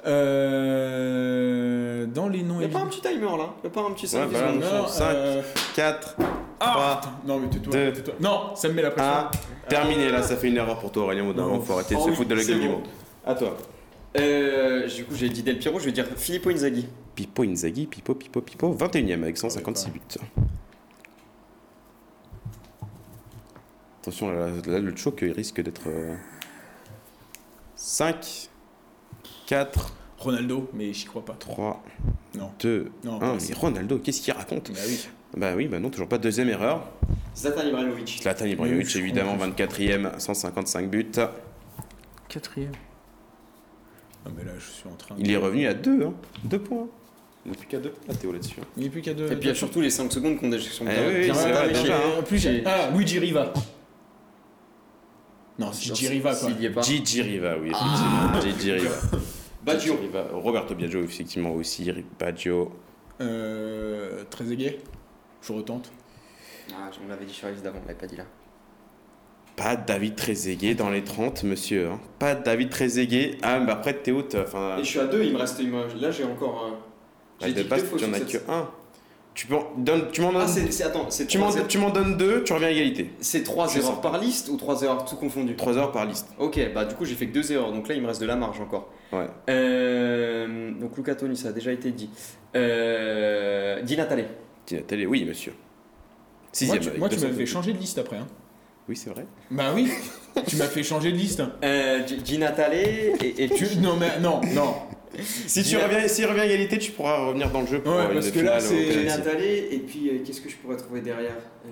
C: Dans les noms
D: Il n'y a pas un
C: évidents.
D: petit timer là. Il n'y a pas un petit 5
B: voilà.
C: Non,
B: 5, 4, 3,
C: putain, non, mais tais-toi,
B: 2,
C: tais-toi. Non, ça me met la pression.
B: 1. Terminé, là, ça fait une erreur pour toi, Aurélien. Au bout d'un moment, faut arrêter de se foutre de la gueule du monde. À toi.
D: Du coup, j'ai dit Del Piero, je vais dire Filippo Inzaghi.
B: Pippo Inzaghi, Pippo, 21e avec 156 buts. Attention, là, le choke il risque d'être 5, 4,
C: Ronaldo, mais j'y crois pas.
B: 3,
C: Non.
B: 2,
C: Non,
B: 1.
C: pas
B: Mais Ronaldo, qu'est-ce qu'il raconte?
C: Bah oui.
B: Bah non, toujours pas. Deuxième erreur.
D: Zlatan Ibrahimovic.
B: Zlatan Ibrahimovic, évidemment, 24e, 155 buts.
C: 4e. Ah mais là, je suis en train de...
B: Il est revenu à 2, hein. 2 points. Il n'est plus qu'à 2 points, Théo, là-dessus.
C: Il n'est plus qu'à 2.
D: Et puis il y a surtout les 5 secondes qu'on déjecte son
B: oui, c'est vrai, déjà, hein.
C: En plus, Luigi Riva. Non, c'est Gigi Riva, quoi.
D: S'il y est pas.
B: Gigi Riva, oui, effectivement. Gigi Riva.
D: Baggio.
B: Gigi Riva. Roberto Baggio, effectivement, aussi. Baggio.
C: Trezeguet. Je retente.
D: Ah, on l'avait dit sur la liste d'avant, on l'avait pas dit là.
B: Pas David Trezeguet dans les 30, monsieur. Hein. Pas David Trezeguet. Ah, mais après, Théo, enfin...
D: Et je suis à 2, il me reste... Là, j'ai encore...
B: J'ai de base, tu n'en as que 1. Tu m'en donnes...
D: Ah, attends, c'est
B: tu m'en donnes 2, tu reviens à égalité.
D: C'est 3 erreurs par liste ou 3 erreurs tout confondu?
B: 3 erreurs par liste.
D: Ok, bah du coup j'ai fait que 2 erreurs, donc là il me reste de la marge encore.
B: Ouais.
D: Donc Luca Toni, ça a déjà été dit. Di Natale.
B: Di Natale, oui, monsieur. 6e.
C: Moi, tu m'as fait changer de liste après. Hein.
B: Oui, c'est vrai.
C: Bah oui, tu m'as fait changer de liste.
D: Di Natale et tu...
C: Non, mais non.
B: S'il revient à égalité, tu pourras revenir dans le jeu pour
C: Ouais,
B: une
C: parce que
B: finale
C: là, c'est-
B: au
D: Di
B: penalty.
D: Natale et puis qu'est-ce que je pourrais trouver derrière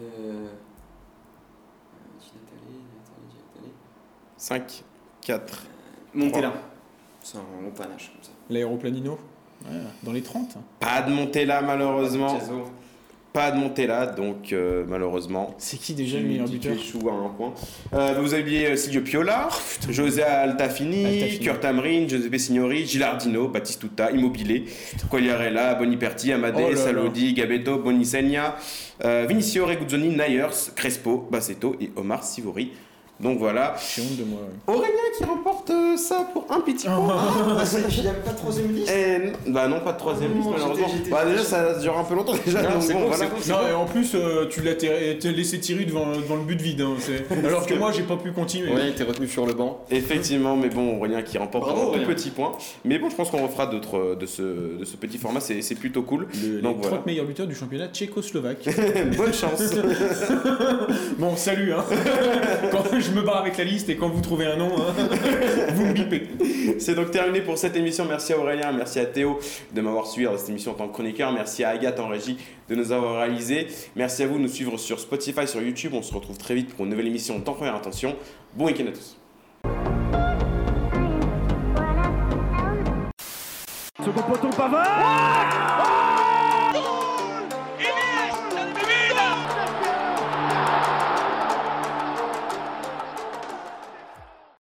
D: Di Natale.
B: 5, 4.
D: Montella. C'est un long panache comme ça.
C: L'aéroplanino. Ouais, dans les 30.
B: Pas de Montella, malheureusement.
D: Chiazo.
B: Pas de Montella, donc malheureusement.
C: C'est qui déjà le meilleur
B: Tu
C: buteur?
B: échoues à un point. Vous avez oublié Silvio Piola, José Altafini, Kurt Hamrin, Giuseppe Signori, Gilardino, Batistuta, Immobilier, Quagliarella, Boniperti, Amadei,
C: Oh là là.
B: Salodi, Gabetto, Bonisegna, Vinicio Reguzzoni, Nayers, Crespo, Bassetto et Omar Sivori. Donc voilà.
C: J'ai honte de moi. Ouais.
B: Aurélien qui remporte ça pour un petit point.
D: Il n'y a pas de troisième liste.
B: Bah non, pas de troisième liste
D: Non,
B: malheureusement.
D: j'étais-
B: Bah déjà ça dure un peu longtemps déjà.
D: Non,
B: donc
D: c'est bon,
B: voilà.
D: c'est bon.
C: Non, et en plus, tu l'as t'es laissé tirer devant le but vide. Hein, alors que moi, j'ai pas pu continuer.
D: Ouais, t'es retenu sur le banc.
B: Effectivement, mais bon, Aurélien qui remporte
D: Bravo,
B: un tout
D: Aurélien.
B: petit point. Mais bon, je pense qu'on refera d'autres de ce petit format, c'est plutôt cool.
C: Les
B: Donc
C: 30
B: voilà.
C: meilleurs buteurs du championnat tchécoslovaque.
B: Bonne chance.
C: Bon, salut. Hein. Quand je me barre avec la liste et quand vous trouvez un nom, hein, vous me bipez.
B: C'est donc terminé pour cette émission. Merci à Aurélien, merci à Théo de m'avoir suivi dans cette émission en tant que chroniqueur. Merci à Agathe en régie de nous avoir réalisé. Merci à vous de nous suivre sur Spotify, sur YouTube. On se retrouve très vite pour une nouvelle émission Temps Première Intention. Bon week-end à tous.
A: Second poteau Pavard.